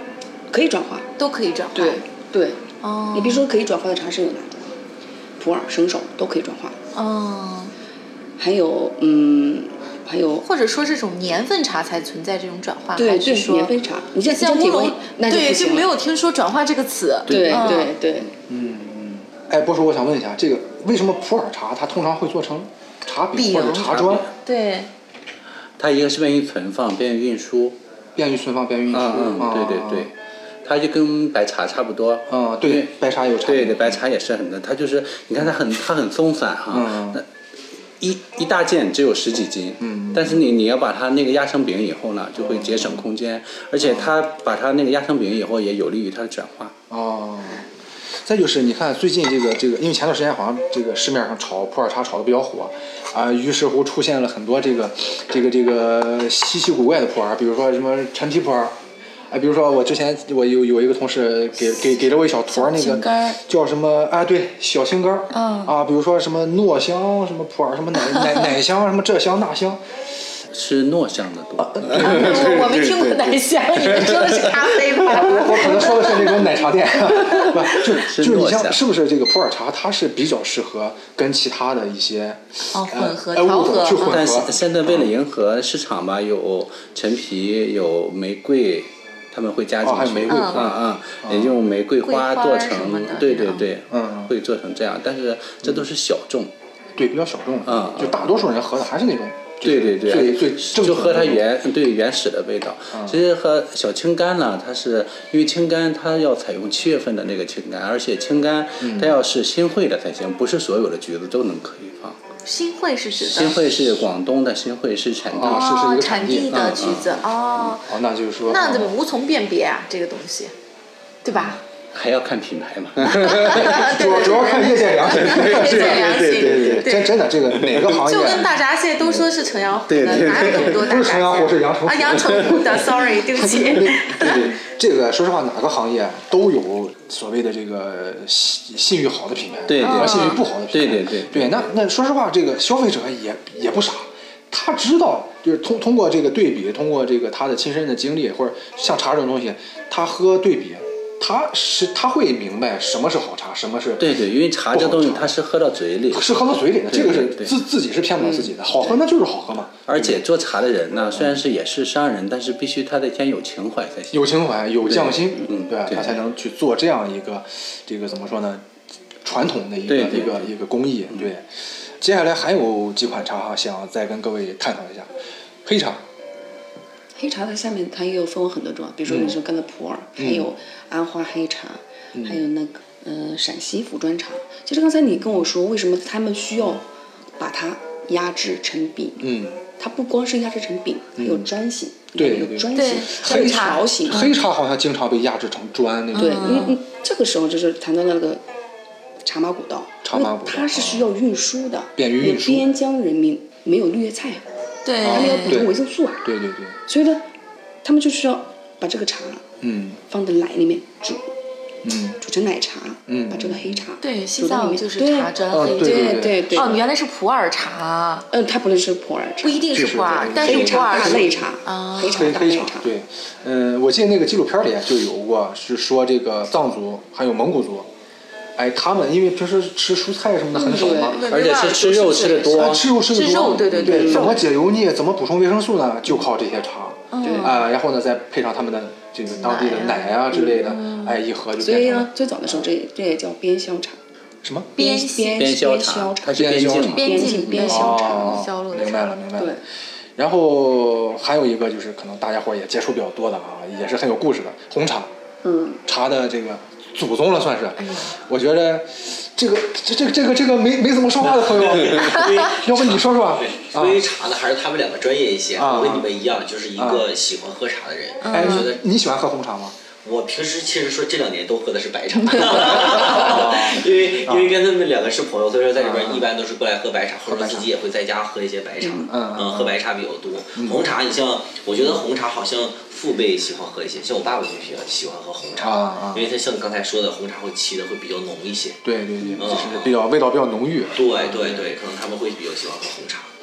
可以转化， 都可以转化。 对对。 哦。 你比如说可以转化的茶是有哪种？普洱、生手都可以转化。 哦。 还有嗯。还有， 或者说这种年份茶才存在这种转化， 对对，年份茶，你像像乌龙，对， 就没有听说转化这个词。 对对对， 嗯嗯。哎，波叔，我想问一下，这个为什么普洱茶它通常会做成茶饼或者茶砖？ 对。 它一个是便于存放，便于运输。 便于存放，便于运输。 嗯嗯，对对对。它就跟白茶差不多。 嗯，对，白茶有差。 对对，白茶也是很的，它就是你看它很它很松散哈。 嗯。 一一大件只有十几斤， 嗯， 但是你你要把它那个压成饼以后呢，就会节省空间，而且它把它那个压成饼以后，也有利于它的转化。 哦，再就是你看最近这个这个，因为前段时间好像这个市面上炒普洱茶炒的比较火，啊，于是乎出现了很多这个这个这个稀奇古怪的普洱，比如说什么陈皮普洱。哎，比如说我之前我有有一个同事给给给了我一小坨那个叫什么啊？对，小青柑。 嗯。 啊，比如说什么糯香，什么普洱，什么奶奶奶香，什么这香那香。 是糯香的多。 啊、我我没听过奶香，你们说的是咖啡吧？ 我可能说的是那种奶茶店。不，就就是你像是不是这个普洱茶，它是比较适合跟其他的一些哦混合呃调和。 去混合。 但是现在为了迎合市场吧，有陈皮，有玫瑰。他们会加进去， 哦、还有玫瑰花， 嗯嗯，也用玫瑰花做成，对对对， 嗯， 会做成这样，但是这都是小众， 对，比较小众， 嗯， 就大多数人喝的还是那种， 对对对， 最最正就喝它原对原始的味道。 嗯、 其实和小青柑呢，它是因为青柑它要采用七月份的那个青柑，而且青柑它要是新会的才行，不是所有的橘子都能可以放。 新会是指的？ 新会是广东的新会是产地， 哦，是是一个产地的橘子哦。 哦，那就是说， 那怎么无从辨别啊？这个东西，对吧？ 还要看品牌嘛， 主要主要看业界良心， 业界良心， 对对对，真真的这个哪个行业， 就跟大闸蟹都说是城阳湖的，哪有那么多大闸蟹？ 不是城阳湖，是阳澄湖啊，阳澄湖的 ，sorry， 对不起。 对对，这个说实话，哪个行业都有所谓的这个信信誉好的品牌， 对对， 和信誉不好的品牌，对对对对。那那说实话，这个消费者也也不傻。他知道，就是通通过这个对比，通过这个他的亲身的经历，或者像茶这种东西，他喝对比，他是他会明白什么是好茶，什么是对对，因为茶这东西它是喝到嘴里， 是喝到嘴里的，这个是自自己是骗不了自己的，好喝那就是好喝嘛。 而且做茶的人呢，虽然是也是商人，但是必须他得先有情怀才行， 有情怀，有匠心， 嗯， 对，他才能去做这样一个这个怎么说呢，传统的一个一个一个工艺，对。接下来还有几款茶哈，想再跟各位探讨一下。黑茶， 黑茶它下面它也有分为很多种，比如说你说刚才普洱， 嗯、 还有安花黑茶， 嗯、 还有那个呃陕西茯砖茶。其实刚才你跟我说，为什么他们需要把它压制成饼？ 嗯， 它不光是压制成饼，还有砖形， 对有砖形， 还有条形。 黑茶好像经常被压制成砖那种。 对，因为这个时候就是谈到那个。茶马古道， 茶马古道， 它是需要运输的， 便于运输。 边疆人民没有绿叶菜， 对， 他们要补充维生素啊， 对对对。 所以呢，他们就需要把这个茶， 嗯， 放在奶里面煮， 嗯， 煮成奶茶， 嗯， 把这个黑茶， 对，西藏就是茶砖黑， 对对对。 哦，原来是普洱茶。 嗯，它不能是普洱茶， 不一定是普洱，但是黑茶大类茶啊， 黑茶大类茶。 对，嗯，我记得那个纪录片里就有过，是说这个藏族还有蒙古族。哎，他们因为平时吃蔬菜什么的很少嘛， 而且是吃肉吃的多， 吃肉吃的多， 对对对，怎么解油腻，怎么补充维生素呢？就靠这些茶， 嗯啊，然后呢再配上他们的这个当地的奶啊之类的，哎，一喝就变成。 所以呢，最早的时候这这也叫边销茶。 什么？ 边边边销茶， 它是边境边境边销茶， 销路的。 明白了，明白了。 对。 然后还有一个就是可能大家伙也接触比较多的啊，也是很有故事的红茶。 嗯。 茶的这个祖宗了，算是。我觉得。这个这这个这个这个没没怎么说话的朋友，要不你说说？ 关于茶呢，还是他们两个专业一些。 啊、 我跟你们一样，就是一个喜欢喝茶的人。 哎、 我觉得你喜欢喝红茶吗？ 我平时其实说这两年都喝的是白茶，因为因为跟他们两个是朋友，所以说在这边一般都是过来喝白茶，或者自己也会在家喝一些白茶。 嗯嗯，喝白茶比较多。红茶，你像我觉得红茶好像父辈喜欢喝一些，像我爸爸就比较喜欢喝红茶，因为他像你刚才说的，红茶会沏的会比较浓一些。 对对对，就是比较味道比较浓郁。 对对对，可能他们会比较喜欢喝红茶。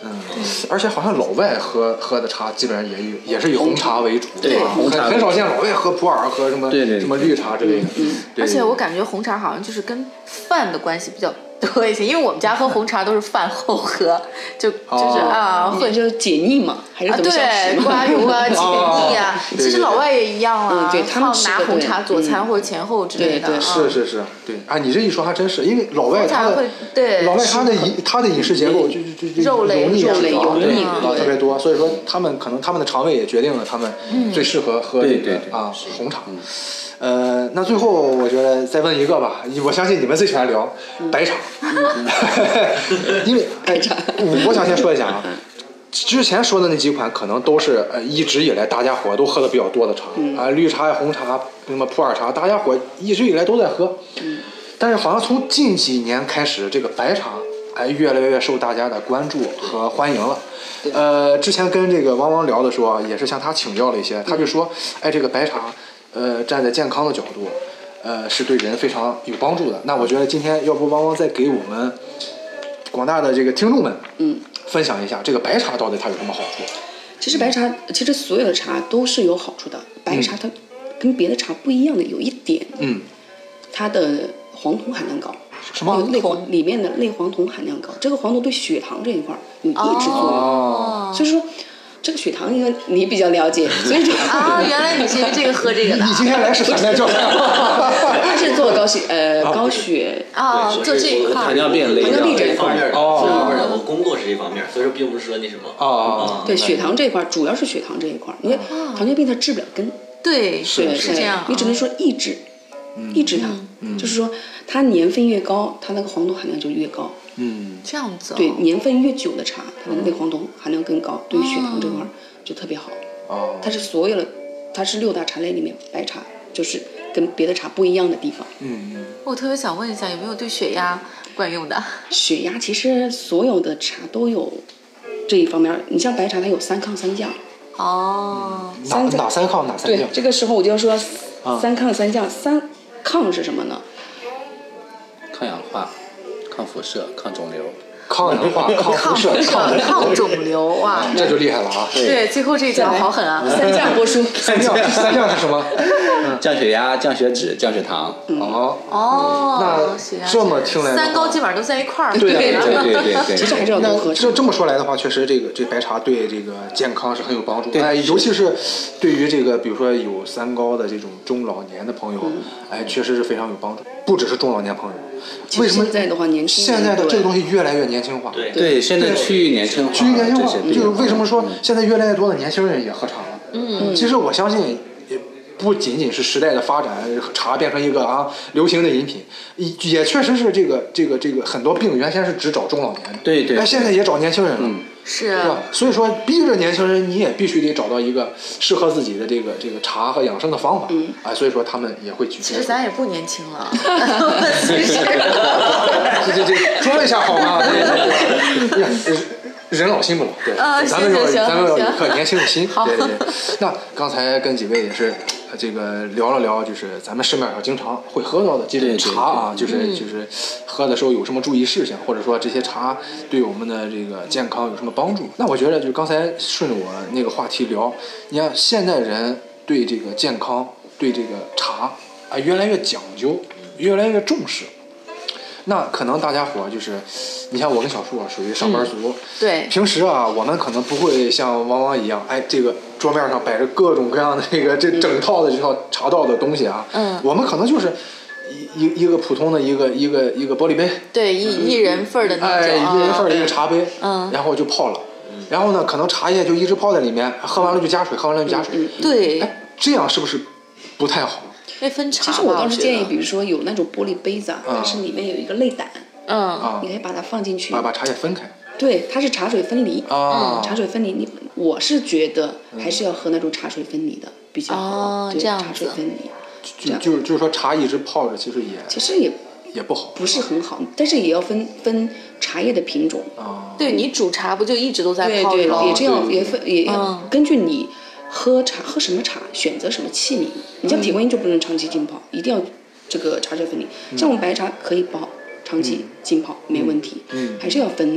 嗯，而且好像老外喝喝的茶基本上也有也是以红茶为主， 对吧？ 红茶很很少见老外喝普洱喝什么对对对什么绿茶之类的。 嗯， 对而且我感觉红茶好像就是跟饭的关系比较多一些，因为我们家喝红茶都是饭后喝，就就是哦啊，会或者就解腻嘛，还是啊， 怎么消食对， 嘛？ 刮油啊，解腻啊。 哦对其实老外也一样啊， 嗯对他们吃的拿红茶对佐餐嗯或者前后之类的。 对对啊是是是，对啊，你这一说还真是，因为老外他的红茶会对老外他的饮他的饮食结构就就就就肉类油腻啊肉类油对腻啊对特别多，所以说他们可能他们的肠胃也决定了他们最适合喝这个对对对啊红茶。呃，那最后我觉得再问一个吧，我相信你们最喜欢聊白茶，因为白茶我我想先说一下啊。之前说的那几款可能都是呃一直以来大家伙都喝的比较多的茶，啊、绿茶呀、红茶、什么普洱茶，大家伙一直以来都在喝。但是好像从近几年开始，这个白茶哎越来越受大家的关注和欢迎了。呃，之前跟这个汪汪聊的时候啊，也是向他请教了一些，他就说，哎，这个白茶，呃，站在健康的角度，呃，是对人非常有帮助的。那我觉得今天要不汪汪再给我们广大的这个听众们， 嗯。 分享一下这个白茶到底它有什么好处？ 其实白茶，其实所有的茶都是有好处的。白茶它跟别的茶不一样的有一点， 嗯， 它的黄酮含量高。 什么有类黄里面的类黄酮含量高，这个黄酮对血糖这一块有抑制作用。 哦， 所以说这个血糖因为你比较了解，所以这个啊，原来你是因为这个喝这个的你今天来是反面教材。 它是做高血呃高血啊， 对做这一块糖尿病类糖尿病这这一块方面的， 哦这方面的，我工作是这方面，所以说并不是说那什么。 哦对血糖这一块主要是血糖这一块，因为糖尿病它治不了根， 对， 对是这样啊， 你只能说抑制，抑制它，就是说它年份越高，它那个黄酮含量就越高。 嗯， 这样子哦。 对，年份越久的茶，它的类黄酮含量更高，对于血糖这块儿就特别好。 哦， 它是所有的，它是六大茶类里面白茶就是跟别的茶不一样的地方。 嗯嗯， 我特别想问一下，有没有对血压管用的？ 血压其实所有的茶都有这一方面，你像白茶它有三抗三降。 哦， 哪哪三抗哪三对降？， 这个时候我就要说啊三抗三降。三抗是什么呢？ 抗氧化、抗辐射、抗肿瘤。 抗氧化、抗抗辐射、抗抗抗肿瘤哇， 这就厉害了啊！ 对，最后这一条好狠啊！ 三降播出。 三降，三降是什么？ 降血压、降血脂、降血糖。 哦， 哦， 那血压这么听来的话三高基本上都在一块儿。 对对对对对。 其实还是要多喝那这这么说来的话，确实这个这白茶对这个健康是很有帮助的。哎，尤其是对于这个比如说有三高的这种中老年的朋友，哎，确实是非常有帮助。不只是中老年朋友，为什么现在的话年轻人现在的这个东西越来越年轻化？ 对对，现在趋于年轻化。 趋于年轻化， 这些就是为什么说现在越来越多的年轻人也喝茶了？ 嗯， 其实我相信，也不仅仅是时代的发展，茶变成一个啊流行的饮品，也也确实是这个这个这个很多病原先是只找中老年的， 对对哎，现在也找年轻人了。 嗯是是吧？所以说，逼着年轻人，你也必须得找到一个适合自己的这个这个茶和养生的方法。嗯，啊，所以说他们也会去。 其实咱也不年轻了，其实这这这说一下好吗？对对对，人老心不老，对， 啊咱们要行行行咱们要有一行颗年轻的心。 好对对对。那刚才跟几位也是。这个聊了聊，就是咱们市面上经常会喝到的这种茶啊，就是就是喝的时候有什么注意事项，或者说这些茶对我们的这个健康有什么帮助？那我觉得就刚才顺着我那个话题聊，你看现代人对这个健康、对这个茶啊越来越讲究，越来越重视。那可能大家伙就是，你像我跟小树啊，属于上班族、 嗯，对， 平时啊，我们可能不会像汪汪一样，哎，这个桌面上摆着各种各样的这个这整套的这套茶道的东西啊， 嗯， 我们可能就是一一一个普通的一个一个一个玻璃杯， 对，一一人份的那种， 哎，一人份的一个茶杯， 嗯， 然后就泡了，然后呢，可能茶叶就一直泡在里面，喝完了就加水，喝完了就加水， 嗯、对， 哎，这样是不是不太好？ 会分茶。 其实我倒是建议，比如说有那种玻璃杯子啊，但是里面有一个泪胆， 嗯， 你可以把它放进去， 把把茶叶分开。 对，它是茶水分离啊、 嗯，茶水分离，你我是觉得还是要喝那种茶水分离的比较好， 哦， 对， 这样茶水分离， 就就是就是说茶一直泡着，其实也其实也也不好， 不是很好，但是也要分分茶叶的品种啊。 对你煮茶不就一直都在对对， 泡着吗？ 也这样也分也要嗯根据你喝茶喝什么茶，选择什么器皿。你像铁观音就不能长期浸泡，一定要这个茶水分离。像我们白茶可以泡长期浸泡没问题， 嗯， 还是要分类。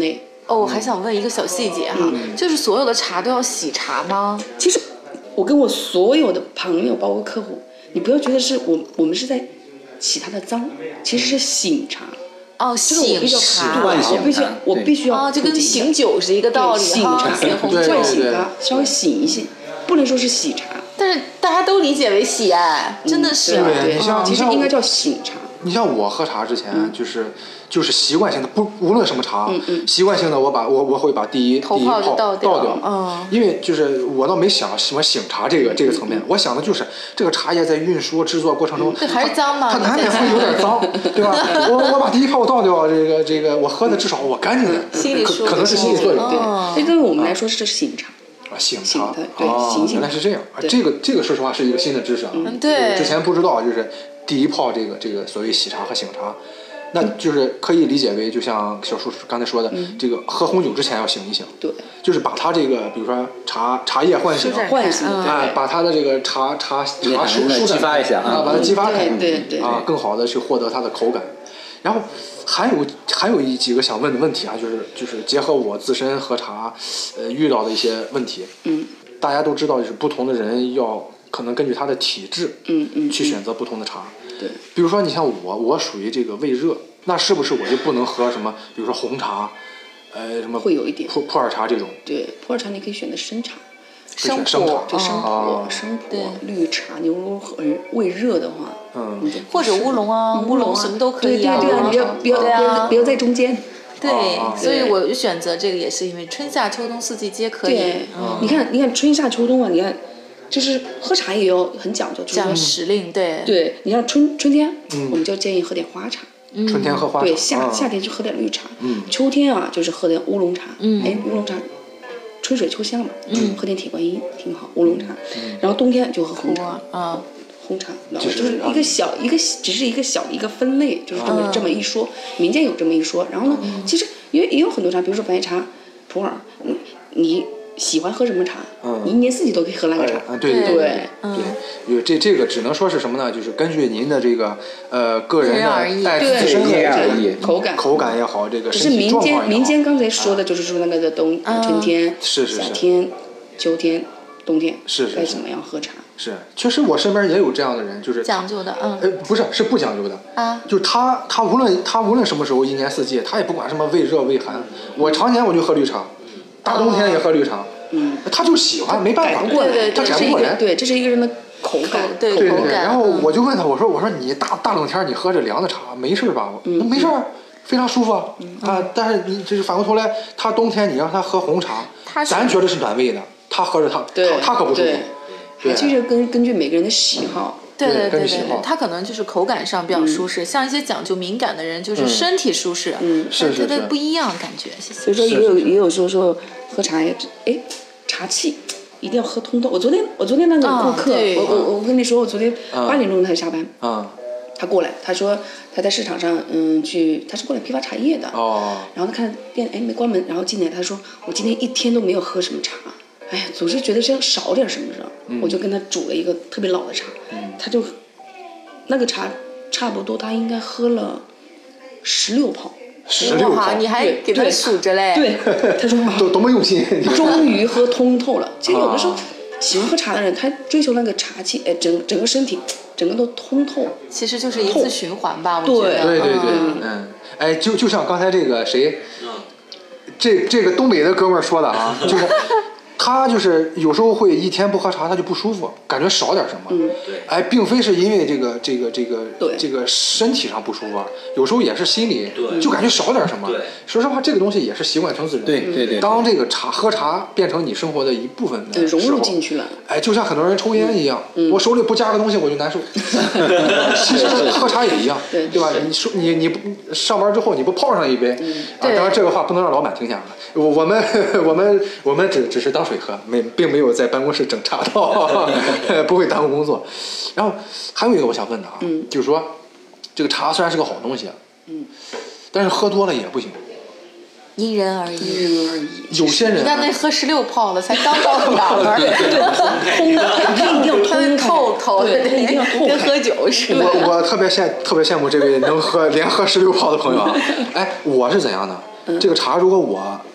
哦，我还想问一个小细节哈， 嗯、 就是所有的茶都要洗茶吗？ 其实我跟我所有的朋友，包括客户，你不要觉得是我我们是在洗它的脏，其实是醒茶。 哦，醒茶， 我必须我必须要哦，就跟醒酒是一个道理， 醒茶， 对醒它，稍微醒一醒，不能说是洗茶。 但是大家都理解为喜爱，真的是。 对，你像其实应该叫醒茶。 你像我喝茶之前，就是就是习惯性的，不无论什么茶，习惯性的我把我我会把第一第一泡倒掉，嗯，因为就是我倒没想什么醒茶这个这个层面，我想的就是这个茶叶在运输制作过程中， 这还是脏吗？ 它难免会有点脏，对吧？我我把第一泡倒掉，这个这个我喝的至少我干净点，可可能是心理作用， 对，这对于我们来说是醒茶。 啊，醒茶， 对，醒醒， 原来是这样啊！这个这个说实话是一个新的知识啊， 对， 之前不知道，就是第一泡这个这个所谓喜茶和醒茶，那就是可以理解为，就像小叔刚才说的，这个喝红酒之前要醒一醒， 对， 就是把它这个，比如说茶茶叶唤醒， 唤醒， 哎，把它的这个茶茶茶舒舒激发一下啊，把它激发开， 对对啊，更好的去获得它的口感，然后。还有还有一几个想问的问题啊，就是就是结合我自身喝茶，呃遇到的一些问题。 嗯， 大家都知道，就是不同的人要可能根据他的体质， 嗯嗯， 去选择不同的茶。 对， 比如说你像我，我属于这个胃热，那是不是我就不能喝什么，比如说红茶，呃什么会有一点普普洱茶这种？ 对，普洱茶你可以选择生茶。 生生茶， 就生普、生普、绿茶。你如果很胃热的话， 嗯， 或者乌龙啊，乌龙什么都可以啊。对对对，不要不要不要不要在中间。 对，所以我选择这个也是因为春夏秋冬四季皆可以。 对，你看你看春夏秋冬啊，你看，就是喝茶也要很讲究， 讲时令。对对，你像春春天，我们就建议喝点花茶。 春天喝花茶。 对，夏夏天就喝点绿茶。嗯。秋天啊，就是喝点乌龙茶。嗯。哎，乌龙茶。春水秋香嘛，嗯，喝点铁观音挺好，乌龙茶，嗯、然后冬天就喝红茶， 啊， 红茶，就是一个小一个只是一个小的一个分类，就是这么、嗯、这么一说，民间有这么一说，然后呢，嗯、其实也也有很多茶，比如说白茶、普洱，嗯，你喜欢喝什么茶？嗯，你一年四季都可以喝那个茶。 啊，对对对，对，这这个只能说是什么呢？就是根据您的这个呃个人的带自身的口感口感也好，这个身体状况也好。是民间民间刚才说的就是说那个的冬春天、 是是夏天、秋天、冬天是该怎么样喝茶？ 是，确实我身边也有这样的人，就是讲究的，嗯， 呃，不是，是不讲究的啊， 就是他他无论他无论什么时候，一年四季，他也不管什么胃热胃寒，我常年我就喝绿茶，大冬天也喝绿茶。 嗯， 他就喜欢，没办法， 过来， 他改不过来。 对，这是一个人的口感， 对对对。 然后我就问他，我说我说你大大冷天你喝这凉的茶没事吧？ 嗯， 没事，非常舒服啊。啊，但是你就是反过头来，他冬天你让他喝红茶，咱觉得是暖胃的，他喝着他他他可不舒服。 对，这就根根据每个人的喜好。 对对对对对，他可能就是口感上比较舒适，像一些讲究敏感的人，就是身体舒适， 嗯， 是是是，不一样感觉。 所以说也有也有说说喝茶也哎。茶气一定要喝通透。我昨天我昨天那个顾客， 哦、 我我我跟你说，我昨天八点钟他下班， 啊、 他过来，他说他在市场上，嗯，去他是过来批发茶叶的， 哦， 然后他看店哎没关门，然后进来，他说我今天一天都没有喝什么茶，哎呀，总是觉得这少点什么的，嗯、我就跟他煮了一个特别老的茶， 嗯、 他就那个茶差不多他应该喝了十六泡。 十六泡， 你还给他数着嘞？ 对，他说多多么用心， 终于喝通透了。其实有的时候喜欢喝茶的人，他追求那个茶气，哎，整整个身体整个都通透。 其实就是一次循环吧，我觉得。 对对对，嗯，哎，就就像刚才这个谁，这这个东北的哥们儿说的啊，就是。他就是有时候会一天不喝茶，他就不舒服，感觉少点什么。 嗯， 哎，并非是因为这个这个这个对这个身体上不舒服，有时候也是心里对就感觉少点什么。 对， 说实话，这个东西也是习惯成自然。 对对对。 当这个茶喝茶变成你生活的一部分的时候，融入进去了。 哎，就像很多人抽烟一样， 嗯、 我手里不夹个东西我就难受。其实喝茶也一样， 对对吧？你说你你不上班之后你不泡上一杯， 嗯、 啊，当然这个话不能让老板听见了。我我们我们我们只只是当水喝，没并没有在办公室整茶道，不会耽误工作。然后还有一个我想问的啊， 嗯、 就是说这个茶虽然是个好东西， 嗯， 但是喝多了也不行。 因人而异， 因人而异。 有些人， 你看那喝十六泡了，才刚到点儿， 对，通的，一定要透透的， 一定要透， 跟喝酒似的。 我我特别羡特别羡慕这位能喝连喝十六泡的朋友啊！哎，我是怎样的？这个茶如果我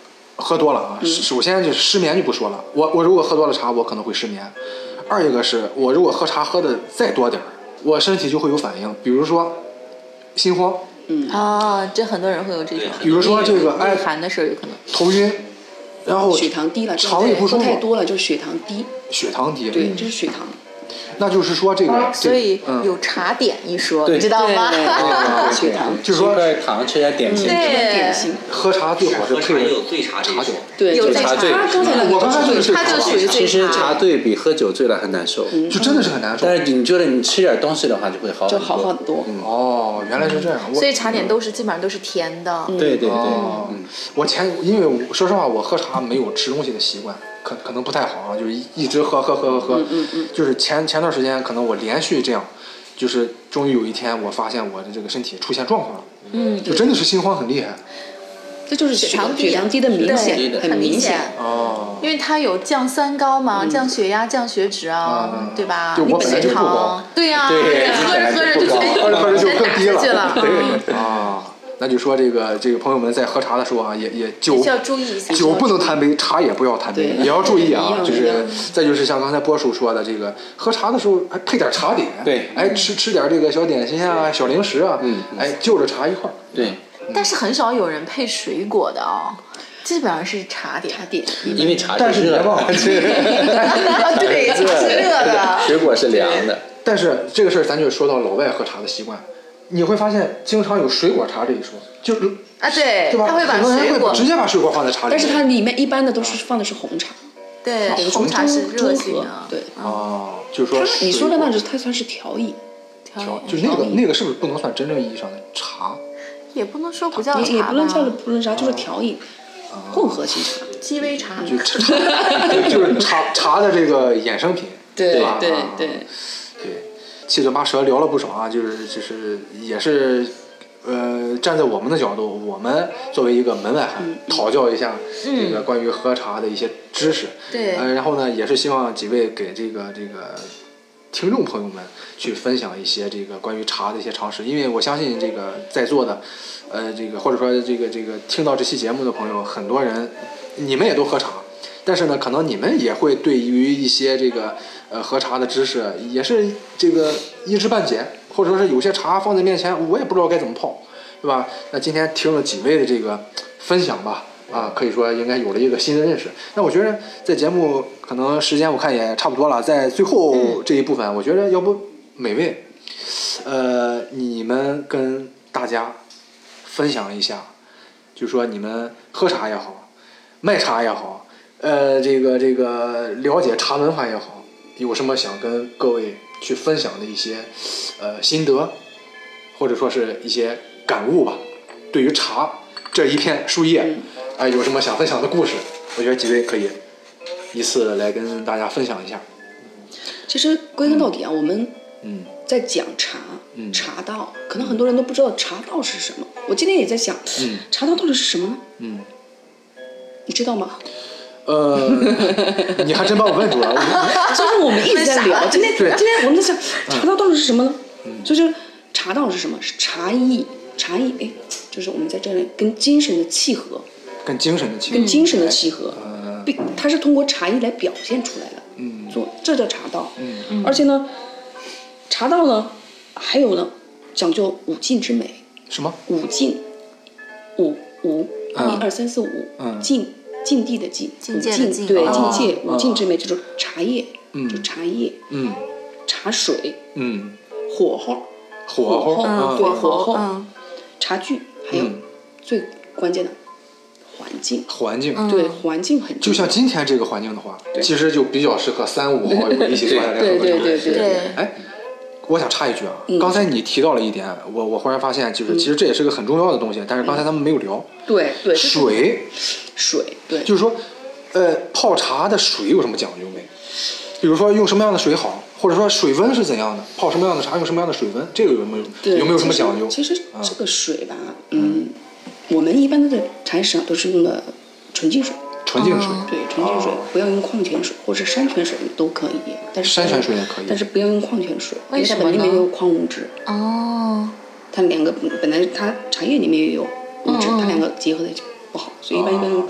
喝多了啊，嗯、首先就是失眠就不说了，我我如果喝多了茶，我可能会失眠。二一个是我如果喝茶喝的再多点儿，我身体就会有反应，比如说心慌。 嗯啊，这很多人会有这种。 比如说这个哎， 寒的事儿有可能。 头晕，然后血糖低了， 肠胃不舒服， 喝太多了就是血糖低。 血糖低。 对，这是血糖。 那就是说这个， 所以有茶点一说， 你知道吗？ 血糖， 就是说糖吃点点心， 点心。 喝茶最好是配也有醉茶这茶酒， 对， 有茶醉。 我刚才就是它就属于其实茶醉比喝酒醉了很难受， 就真的是很难受。 但是你觉得你吃点东西的话就会好， 就好很多。 哦，原来是这样。 所以茶点都是基本上都是甜的。 对对对。 我前因为说实话，我喝茶没有吃东西的习惯。可可能不太好啊，就是一直喝喝喝喝喝， 嗯嗯嗯、 就是前前段时间可能我连续这样，就是终于有一天我发现我的这个身体出现状况了， 嗯， 就真的是心慌很厉害。 这就是血糖血糖低的明显，很明显哦。 因为它有降三高嘛，嗯、降血压、降血脂啊， 嗯、 对吧？ 就我本来就不高， 对呀、啊， 对， 喝着喝着就喝着喝着就更低了， 对啊。那就说这个这个朋友们在喝茶的时候啊，也也酒需要注意一下， 酒不能贪杯，茶也不要贪杯，也要注意啊。就是再就是像刚才波叔说的，这个喝茶的时候还配点茶点， 对， 哎吃吃点这个小点心啊、小零食啊， 嗯， 哎就着茶一块儿， 对。 但是很少有人配水果的啊、哦，基本上是茶点， 茶点， 因为茶是热的， 对，茶是热的， 水果是凉的。 但是这个事儿咱就说到老外喝茶的习惯。你会发现，经常有水果茶这一说，就是啊，对， 对吧？ 他会把水果直接把水果放在茶里， 但是它里面一般的都是放的是红茶， 对，红茶是热性的， 对， 哦，就是说你说的那是它算是调饮， 调就是那个那个是不是不能算真正意义上的茶？ 也不能说不叫茶， 也不能叫不能茶，就是调饮，混合型茶， 鸡尾茶， 就是就是茶茶的这个衍生品， 对对对对。七嘴八舌聊了不少啊，就是就是也是，呃，站在我们的角度，我们作为一个门外汉， 嗯、 讨教一下这个关于喝茶的一些知识。 对、 嗯。呃，然后呢，也是希望几位给这个这个听众朋友们去分享一些这个关于茶的一些常识，因为我相信这个在座的，呃，这个或者说这个这个听到这期节目的朋友，很多人你们也都喝茶。但是呢，可能你们也会对于一些这个呃喝茶的知识也是这个一知半解，或者说是有些茶放在面前，我也不知道该怎么泡，对吧？那今天听了几位的这个分享吧，啊，可以说应该有了一个新的认识。那我觉得在节目可能时间我看也差不多了，在最后这一部分，嗯、我觉得要不每位，呃，你们跟大家分享一下，就说你们喝茶也好，卖茶也好。呃，这个这个了解茶文化也好，有什么想跟各位去分享的一些呃心得，或者说是一些感悟吧？对于茶这一片树叶，啊、呃，有什么想分享的故事？我觉得几位可以依次来跟大家分享一下。 其实归根到底啊， 嗯、 我们嗯在讲茶， 嗯、 茶道，可能很多人都不知道茶道是什么。我今天也在想， 嗯、 茶道到底是什么呢？ 嗯， 你知道吗？ 呃，你还真把我问住了。 就是我们一直在聊，今天今天我们在想茶道到底是什么呢？ 嗯， 就是茶道是什么？是茶艺，茶艺，哎，就是我们在这里跟精神的契合， 跟精神的契合， 跟精神的契合， 嗯， 并它是通过茶艺来表现出来的， 嗯， 做这叫茶道， 嗯， 而且呢，茶道呢，还有呢，讲究五境之美， 什么？ 五境，五五，一二三四五， 嗯， 境。境地的境， 境界的境， 对， 哦、 境界五境之美就是茶叶， 嗯， 就茶叶， 嗯， 茶水， 嗯， 火候， 火候， 嗯， 对，火候， 嗯， 茶具，还有最关键的环境， 环境， 对，环境很重要。 就像今天这个环境的话，其实就比较适合三五好友一起坐下来喝对对对对对。 哎，我想插一句啊，刚才你提到了一点，我我忽然发现，就是其实这也是个很重要的东西，但是刚才咱们没有聊。 对对。 水， 水，对。 就是说，呃，泡茶的水有什么讲究没？比如说用什么样的水好，或者说水温是怎样的？泡什么样的茶用什么样的水温？这个有没有有没有什么讲究？ 其实这个水吧，嗯，我们一般的茶叶市场都是用的纯净水。 纯净水， 对，纯净水，不要用矿泉水或者山泉水都可以，但是山泉水也可以， 但是不要用矿泉水， 为什么呢？ 因为它本身里面有矿物质。 哦。 它两个本来它茶叶里面也有物质，它两个结合在一起不好，所以一般一般用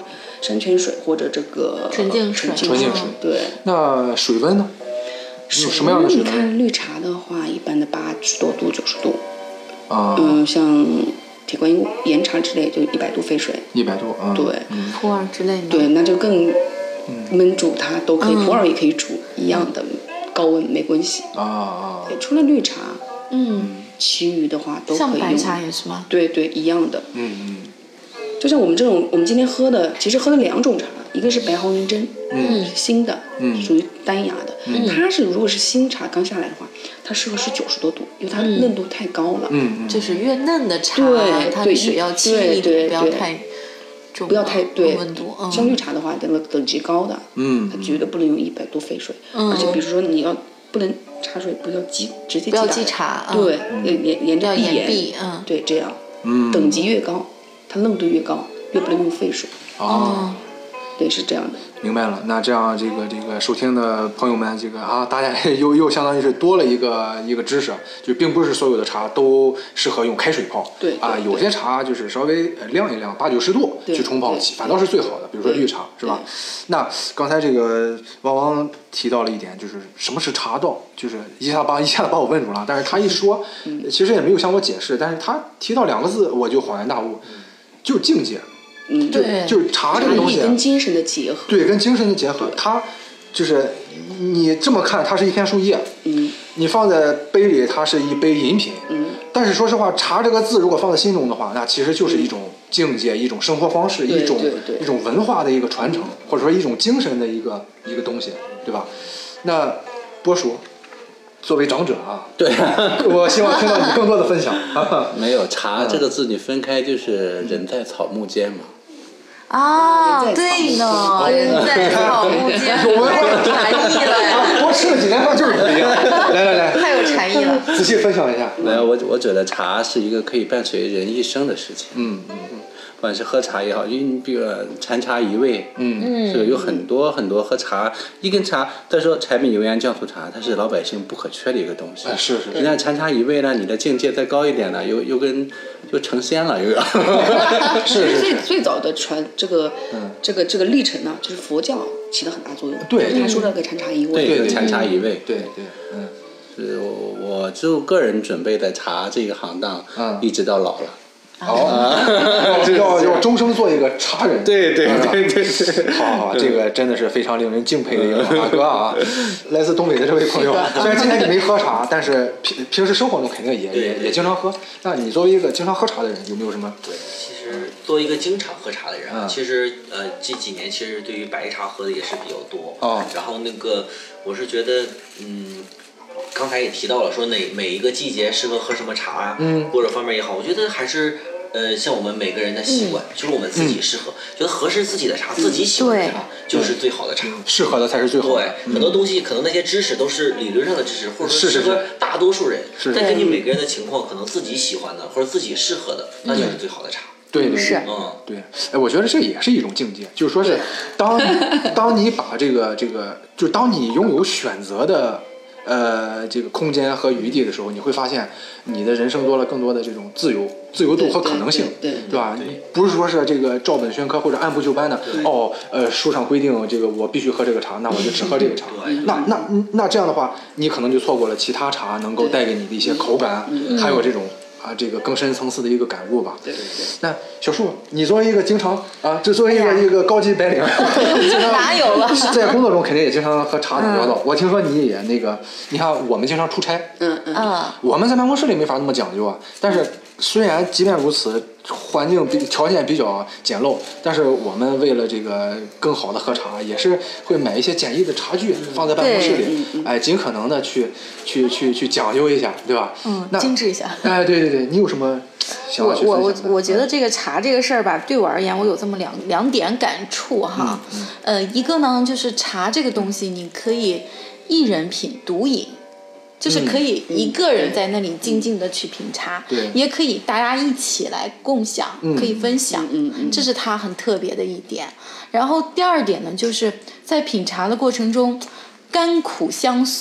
山泉水或者这个纯净水纯纯净水对。 那水温呢？有什么样的水温？ 你看绿茶的话，一般的八十多度、九十度。 啊。 嗯，像铁观音岩茶之类，就一百度沸水。 一百度啊。 对。 普洱之类的。 对，那就更焖煮它都可以， 嗯普洱也可以煮，一样的高温没关系。 啊啊。 对，除了绿茶， 嗯， 其余的话都可以用。 像白茶也是吗？ 对对，一样的。 嗯嗯。 就像我们这种，我们今天喝的，其实喝了两种茶，一个是白毫云针， 嗯， 新的， 嗯， 属于单芽的， 嗯， 它是如果是新茶刚下来的话，它适合是九十多度，因为它嫩度太高了， 嗯嗯， 就是越嫩的茶， 对它的水要轻一点，不要太重， 不要太对温度。嗯， 像绿茶的话，那个等级高的， 嗯， 它绝对不能用一百度沸水， 嗯， 而且比如说你要不能茶水不要激直接不要激茶， 对，沿沿着闭沿， 闭，嗯， 对，这样， 嗯， 等级越高，它嫩度越高。越不能用沸水。 哦， 对，是这样的。 明白了，那这样这个这个收听的朋友们，这个啊，大家又又相当于是多了一个一个知识，就并不是所有的茶都适合用开水泡。 对啊，有些茶就是稍微晾一晾，八九十度去冲泡，反倒是最好的。比如说绿茶，是吧？那刚才这个汪汪提到了一点，就是什么是茶道，就是一下把一下子把我问住了。但是他一说， 嗯、 其实也没有向我解释，但是他提到两个字，我就恍然大悟，就是境界。 嗯， 对，就是茶这个东西， 跟精神的结合， 对，跟精神的结合，它就是你这么看，它是一片树叶， 嗯， 你放在杯里，它是一杯饮品， 嗯， 但是说实话，茶这个字如果放在心中的话，那其实就是一种境界，一种生活方式，一种一种文化的一个传承，或者说一种精神的一个一个东西，对吧？那波叔。作为长者啊， 对， 我希望听到你更多的分享。 没有茶这个字，你分开就是人在草木间嘛。 啊，对呢，人在草木间，太有禅意了。 我吃了几年饭就是不一样。来来来， 太有禅意了。 仔细分享一下。 没有，我我觉得茶是一个可以伴随人一生的事情。 嗯嗯。 不管是喝茶也好，因为你比如禅茶一味， 嗯， 是有很多很多喝茶，一根茶，再说柴米油盐酱醋茶，它是老百姓不可缺的一个东西。 哎、是是。 你看禅茶一味呢，你的境界再高一点呢，又又跟又成仙了，又有。 是是。 最最早的传这个、嗯、这个这个历程呢，就是佛教起了很大作用。 对， 他说那个禅茶一味。 对对，禅茶一味。 对对，嗯， 是我我就个人准备在茶这个行当， 嗯， 一直到老了。 哦，要要终生做一个茶人。 对对对对对。 好好，这个真的是非常令人敬佩的一个老大哥啊！来自东北的这位朋友，虽然今天你没喝茶，但是平平时生活中肯定也也也经常喝。那你作为一个经常喝茶的人，有没有什么？ 对，其实作为一个经常喝茶的人啊，其实呃这几年其实对于白茶喝的也是比较多。 哦。 然后那个我是觉得嗯。刚才也提到了，说哪每一个季节适合喝什么茶， 嗯， 或者方面也好，我觉得还是呃，像我们每个人的习惯，嗯、就是我们自己适合，嗯、觉得合适自己的茶，嗯、自己喜欢的茶就是最好的茶， 适合的才是最好的。 对，嗯、很多东西可能那些知识都是理论上的知识，或者说适合大多数人， 是是但根据每个人的情况，可能自己喜欢的或者自己适合的，那就是最好的茶。 对对是， 嗯， 对，哎，我觉得这也是一种境界，就是说是当当你把这个这个，就当你拥有选择的。呃，这个空间和余地的时候，你会发现你的人生多了更多的这种自由、自由度和可能性， 对, 对, 对, 对吧？你不是说是这个照本宣科或者按部就班的，哦，呃，书上规定这个我必须喝这个茶，那我就只喝这个茶。那那那这样的话，你可能就错过了其他茶能够带给你的一些口感，还有这种。啊，这个更深层次的一个感悟吧。 对对对。 那小树，你作为一个经常啊，这作为一个、哎、一个高级白领， 哪有了？ 在工作中肯定也经常和茶打交道。嗯、我听说你也那个，你看我们经常出差， 嗯嗯， 我们在办公室里没法那么讲究啊。但是虽然即便如此，环境比条件比较简陋，但是我们为了这个更好的喝茶，也是会买一些简易的茶具放在办公室里，哎，尽可能的去去去去讲究一下，对吧？ 嗯， 那精致一下。 哎，对对对，你有什么想法去分享的？ 我我我我觉得这个茶这个事儿吧，对我而言，我有这么两两点感触哈。 嗯嗯、 呃，一个呢，就是茶这个东西，你可以一人品独饮。就是可以一个人在那里静静的去品茶， 嗯、 也可以大家一起来共享， 嗯、 可以分享， 嗯嗯、 这是它很特别的一点。然后第二点呢，就是在品茶的过程中，甘苦相随，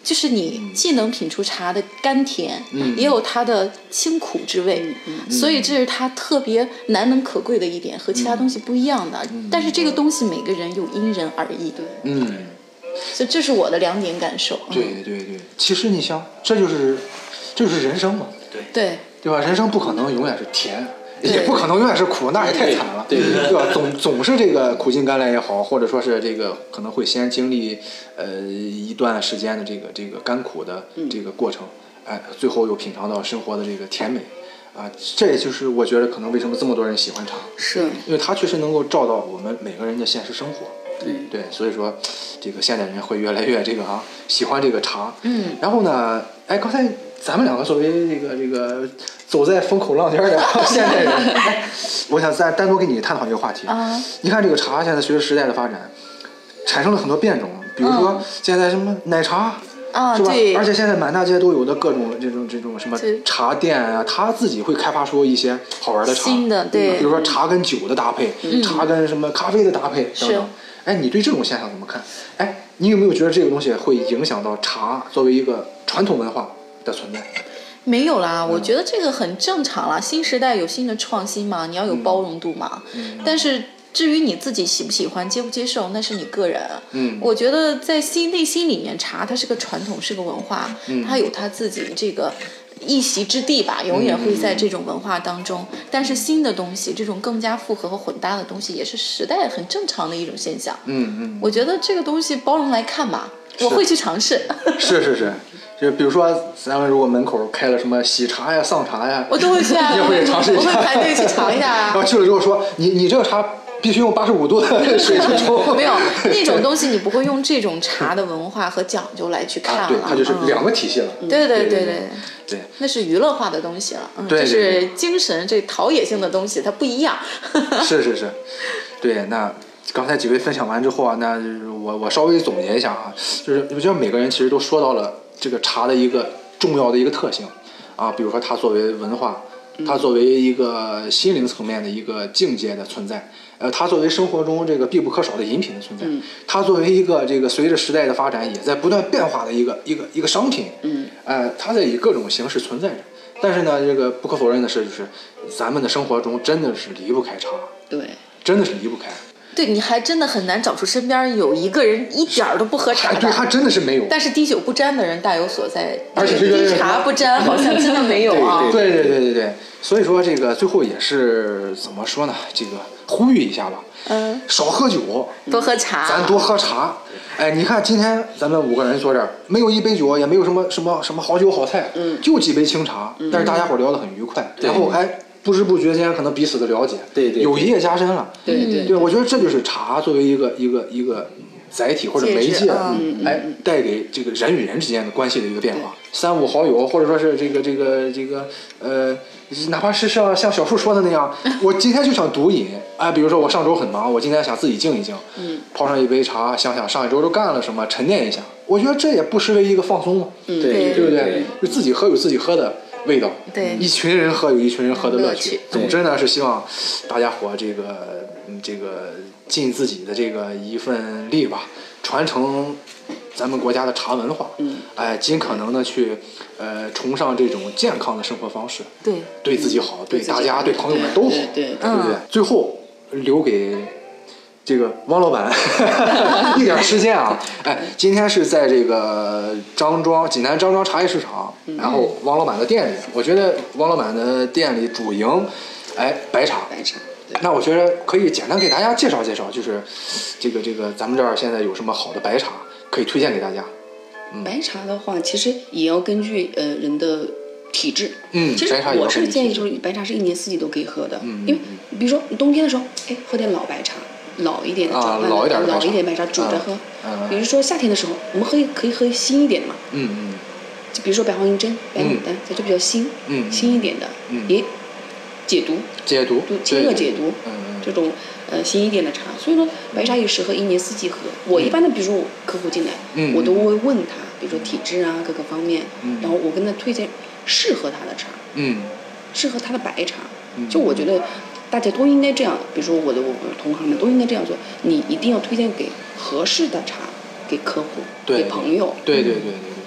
就是你既能品出茶的甘甜， 嗯、 也有它的清苦之味， 嗯、 所以这是它特别难能可贵的一点，和其他东西不一样的。 嗯、 但是这个东西每个人又因人而异。 对， 嗯， 所以这是我的两点感受。 对对对，其实你想，这就是这就是人生嘛。 对对对吧？人生不可能永远是甜。也不可能永远是苦，那也太惨了， 对对对, 对吧？总总是这个苦尽甘来也好，或者说是这个可能会先经历呃一段时间的这个这个甘苦的这个过程，哎，最后又品尝到生活的这个甜美，啊，这也就是我觉得可能为什么这么多人喜欢茶， 是因为它确实能够照到我们每个人的现实生活。 对对，所以说这个现代人会越来越这个啊喜欢这个茶。 嗯， 然后呢，哎，刚才咱们两个作为这个这个走在风口浪尖的现代人，哎，我想再单独跟你探讨一个话题。 啊， 你看这个茶现在随着时代的发展，产生了很多变种，比如说现在什么奶茶。 啊， 是吧？ 对， 而且现在满大街都有的各种这种这种什么茶店啊，他自己会开发出一些好玩的茶， 新的对， 比如说茶跟酒的搭配， 嗯、 茶跟什么咖啡的搭配等等。哎，你对这种现象怎么看？哎，你有没有觉得这个东西会影响到茶作为一个传统文化的存在？ 没有啦，我觉得这个很正常啦。新时代有新的创新嘛，你要有包容度嘛。 嗯、 但是至于你自己喜不喜欢、接不接受，那是你个人。 嗯， 我觉得在心内心里面，茶它是个传统，是个文化， 嗯、 它有它自己这个一席之地吧，永远会在这种文化当中。嗯、但是新的东西，这种更加复合和混搭的东西，也是时代很正常的一种现象。 嗯嗯， 我觉得这个东西包容来看吧，我会去尝试。 是是是。就比如说，咱们如果门口开了什么喜茶呀、丧茶呀， 我都会去啊， 你也会尝试一下， 我会排队去尝一下啊。 然后去了之后说，你你这个茶必须用八十五度的水去冲。 没有那种东西，你不会用这种茶的文化和讲究来去看了。 啊、对，它就是两个体系了。 嗯、对对对对对，对那是娱乐化的东西了。嗯， 对对对这是精神这陶冶性的东西，它不一样。 是是是，对，那。刚才几位分享完之后啊，那我我稍微总结一下啊，就是我觉得每个人其实都说到了这个茶的一个重要的一个特性啊，比如说它作为文化，它作为一个心灵层面的一个境界的存在，呃，它作为生活中这个必不可少的饮品的存在，它作为一个这个随着时代的发展也在不断变化的一个一个一个商品， 嗯， 呃，它在以各种形式存在着。但是呢，这个不可否认的是，就是咱们的生活中真的是离不开茶， 对， 真的是离不开。 对，你还真的很难找出身边有一个人一点儿都不喝茶的。 对，他真的是没有。 但是滴酒不沾的人大有所在， 而且滴茶不沾好像真的没有啊。 对对对对对，所以说这个最后也是怎么说呢？这个呼吁一下吧， 嗯， 少喝酒， 多喝茶， 咱多喝茶。哎，你看今天咱们五个人坐这儿，没有一杯酒，也没有什么什么什么好酒好菜， 嗯， 就几杯清茶，但是大家伙聊得很愉快，然后哎。不知不觉间，可能彼此的了解， 对对， 友谊也加深了。 对对对，我觉得这就是茶作为一个一个一个载体或者媒介， 嗯、 哎，带给这个人与人之间的关系的一个变化。三五好友，或者说是这个这个这个呃，哪怕是像像小树说的那样，我今天就想独饮，哎，比如说我上周很忙，我今天想自己静一静， 嗯， 泡上一杯茶，想想上一周都干了什么，沉淀一下。我觉得这也不失为一个放松嘛， 嗯， 对对不对？就自己喝有自己喝的味道， 对， 一群人喝有一群人喝的乐趣。 乐趣总之呢，是希望大家伙这个嗯这个尽自己的这个一份力吧，传承咱们国家的茶文化。 嗯， 哎，尽可能的去呃崇尚这种健康的生活方式。 对， 对自己好，对大家， 对朋友们都好， 对对对不对？最后留给。这个汪老板一点时间啊，哎，今天是在这个张庄济南张庄茶叶市场，然后汪老板的店里，我觉得汪老板的店里主营，哎，白茶， 白茶。 那我觉得可以简单给大家介绍介绍，就是这个这个咱们这儿现在有什么好的白茶可以推荐给大家？ 嗯、白茶的话，其实也要根据呃人的体质。 嗯， 其实我是建议就是白茶是一年四季都可以喝的， 嗯、 因为比如说冬天的时候，哎，喝点老白茶。老一点的转换的、 啊、老一点的老一点白茶煮着喝， 嗯、 比如说夏天的时候，我们喝可以喝新一点的嘛， 嗯嗯， 就比如说白黄银针、白牡丹，它、嗯、就比较新， 嗯， 新一点的， 嗯， 也解毒， 解毒， 清热解毒， 嗯这种呃新一点的茶，所以说白茶也适合一年四季喝。我一般的，比如说我客户进来， 嗯， 我都会问他，比如说体质啊各个方面， 嗯， 然后我跟他推荐适合他的茶， 嗯， 适合他的白茶， 嗯、 就我觉得。大家都应该这样，比如说我的我同行们都应该这样做。你一定要推荐给合适的茶，给客户， 对给朋友。 对对对对对。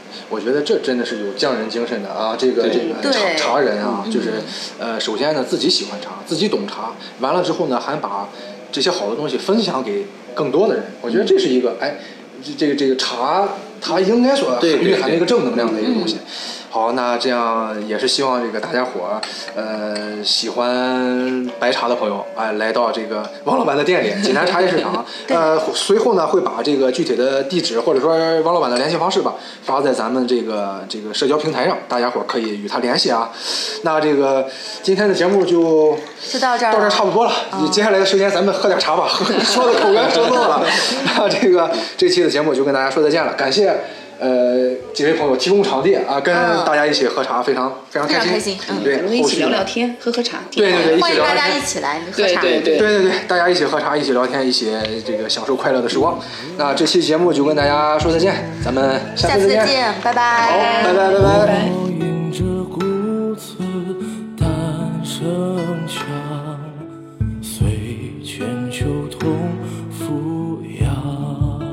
我觉得这真的是有匠人精神的啊！这个这个茶茶人啊，就是呃，首先呢自己喜欢茶，自己懂茶，完了之后呢还把这些好的东西分享给更多的人。我觉得这是一个哎，这这个这个茶它应该所蕴含的一个正能量的一个东西。好，那这样也是希望这个大家伙呃，喜欢白茶的朋友，哎、呃，来到这个王老板的店里，济南茶叶市场。呃，随后呢会把这个具体的地址或者说王老板的联系方式吧，发在咱们这个这个社交平台上，大家伙可以与他联系啊。那这个今天的节目就就到这儿， 到这儿差不多了。嗯、接下来的时间咱们喝点茶吧，说的口干舌燥了。那这个这期的节目就跟大家说再见了，感谢。呃，几位朋友提供场地啊，跟大家一起喝茶，非常非常开心。 非常开心， 嗯，对， 我们一起聊聊天，喝喝茶。 对对对， 欢迎大家一起来喝茶。 对对对对对，大家一起喝茶，一起聊天，一起这个享受快乐的时光。那这期节目就跟大家说再见，咱们下次再见，拜拜。 好，拜拜拜拜。 我迎着故子诞生墙，随千秋同俯仰。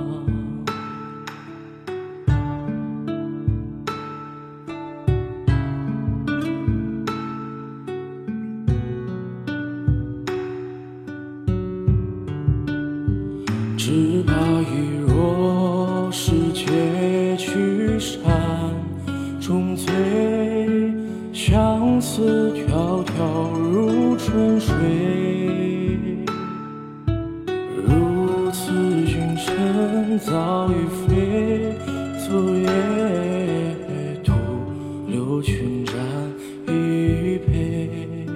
只怕已若是结去山中醉，相思迢迢如春水。如此君臣早已非，昨夜徒留群瞻一杯。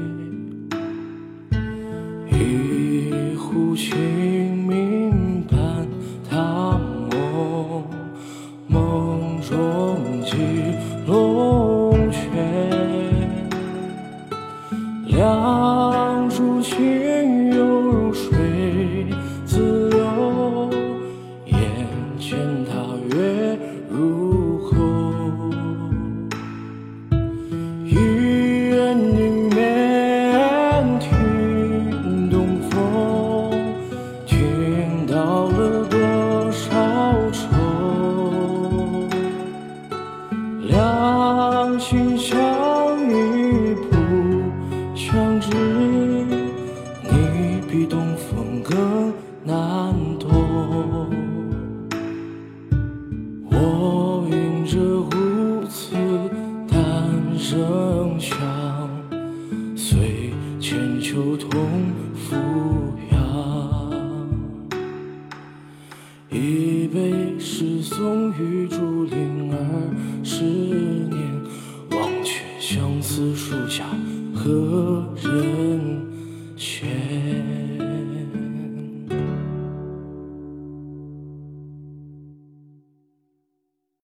一壶清明伴他梦，梦中寄龙泉。两株情犹如水自由，眼前他月如钩。一人凝面听东风，听到了多少愁。两情相依不相知，你比东风更难懂。我迎着无词诞生墙，随千秋同俯仰。一杯诗颂与竹林二十年，忘却相思书下何人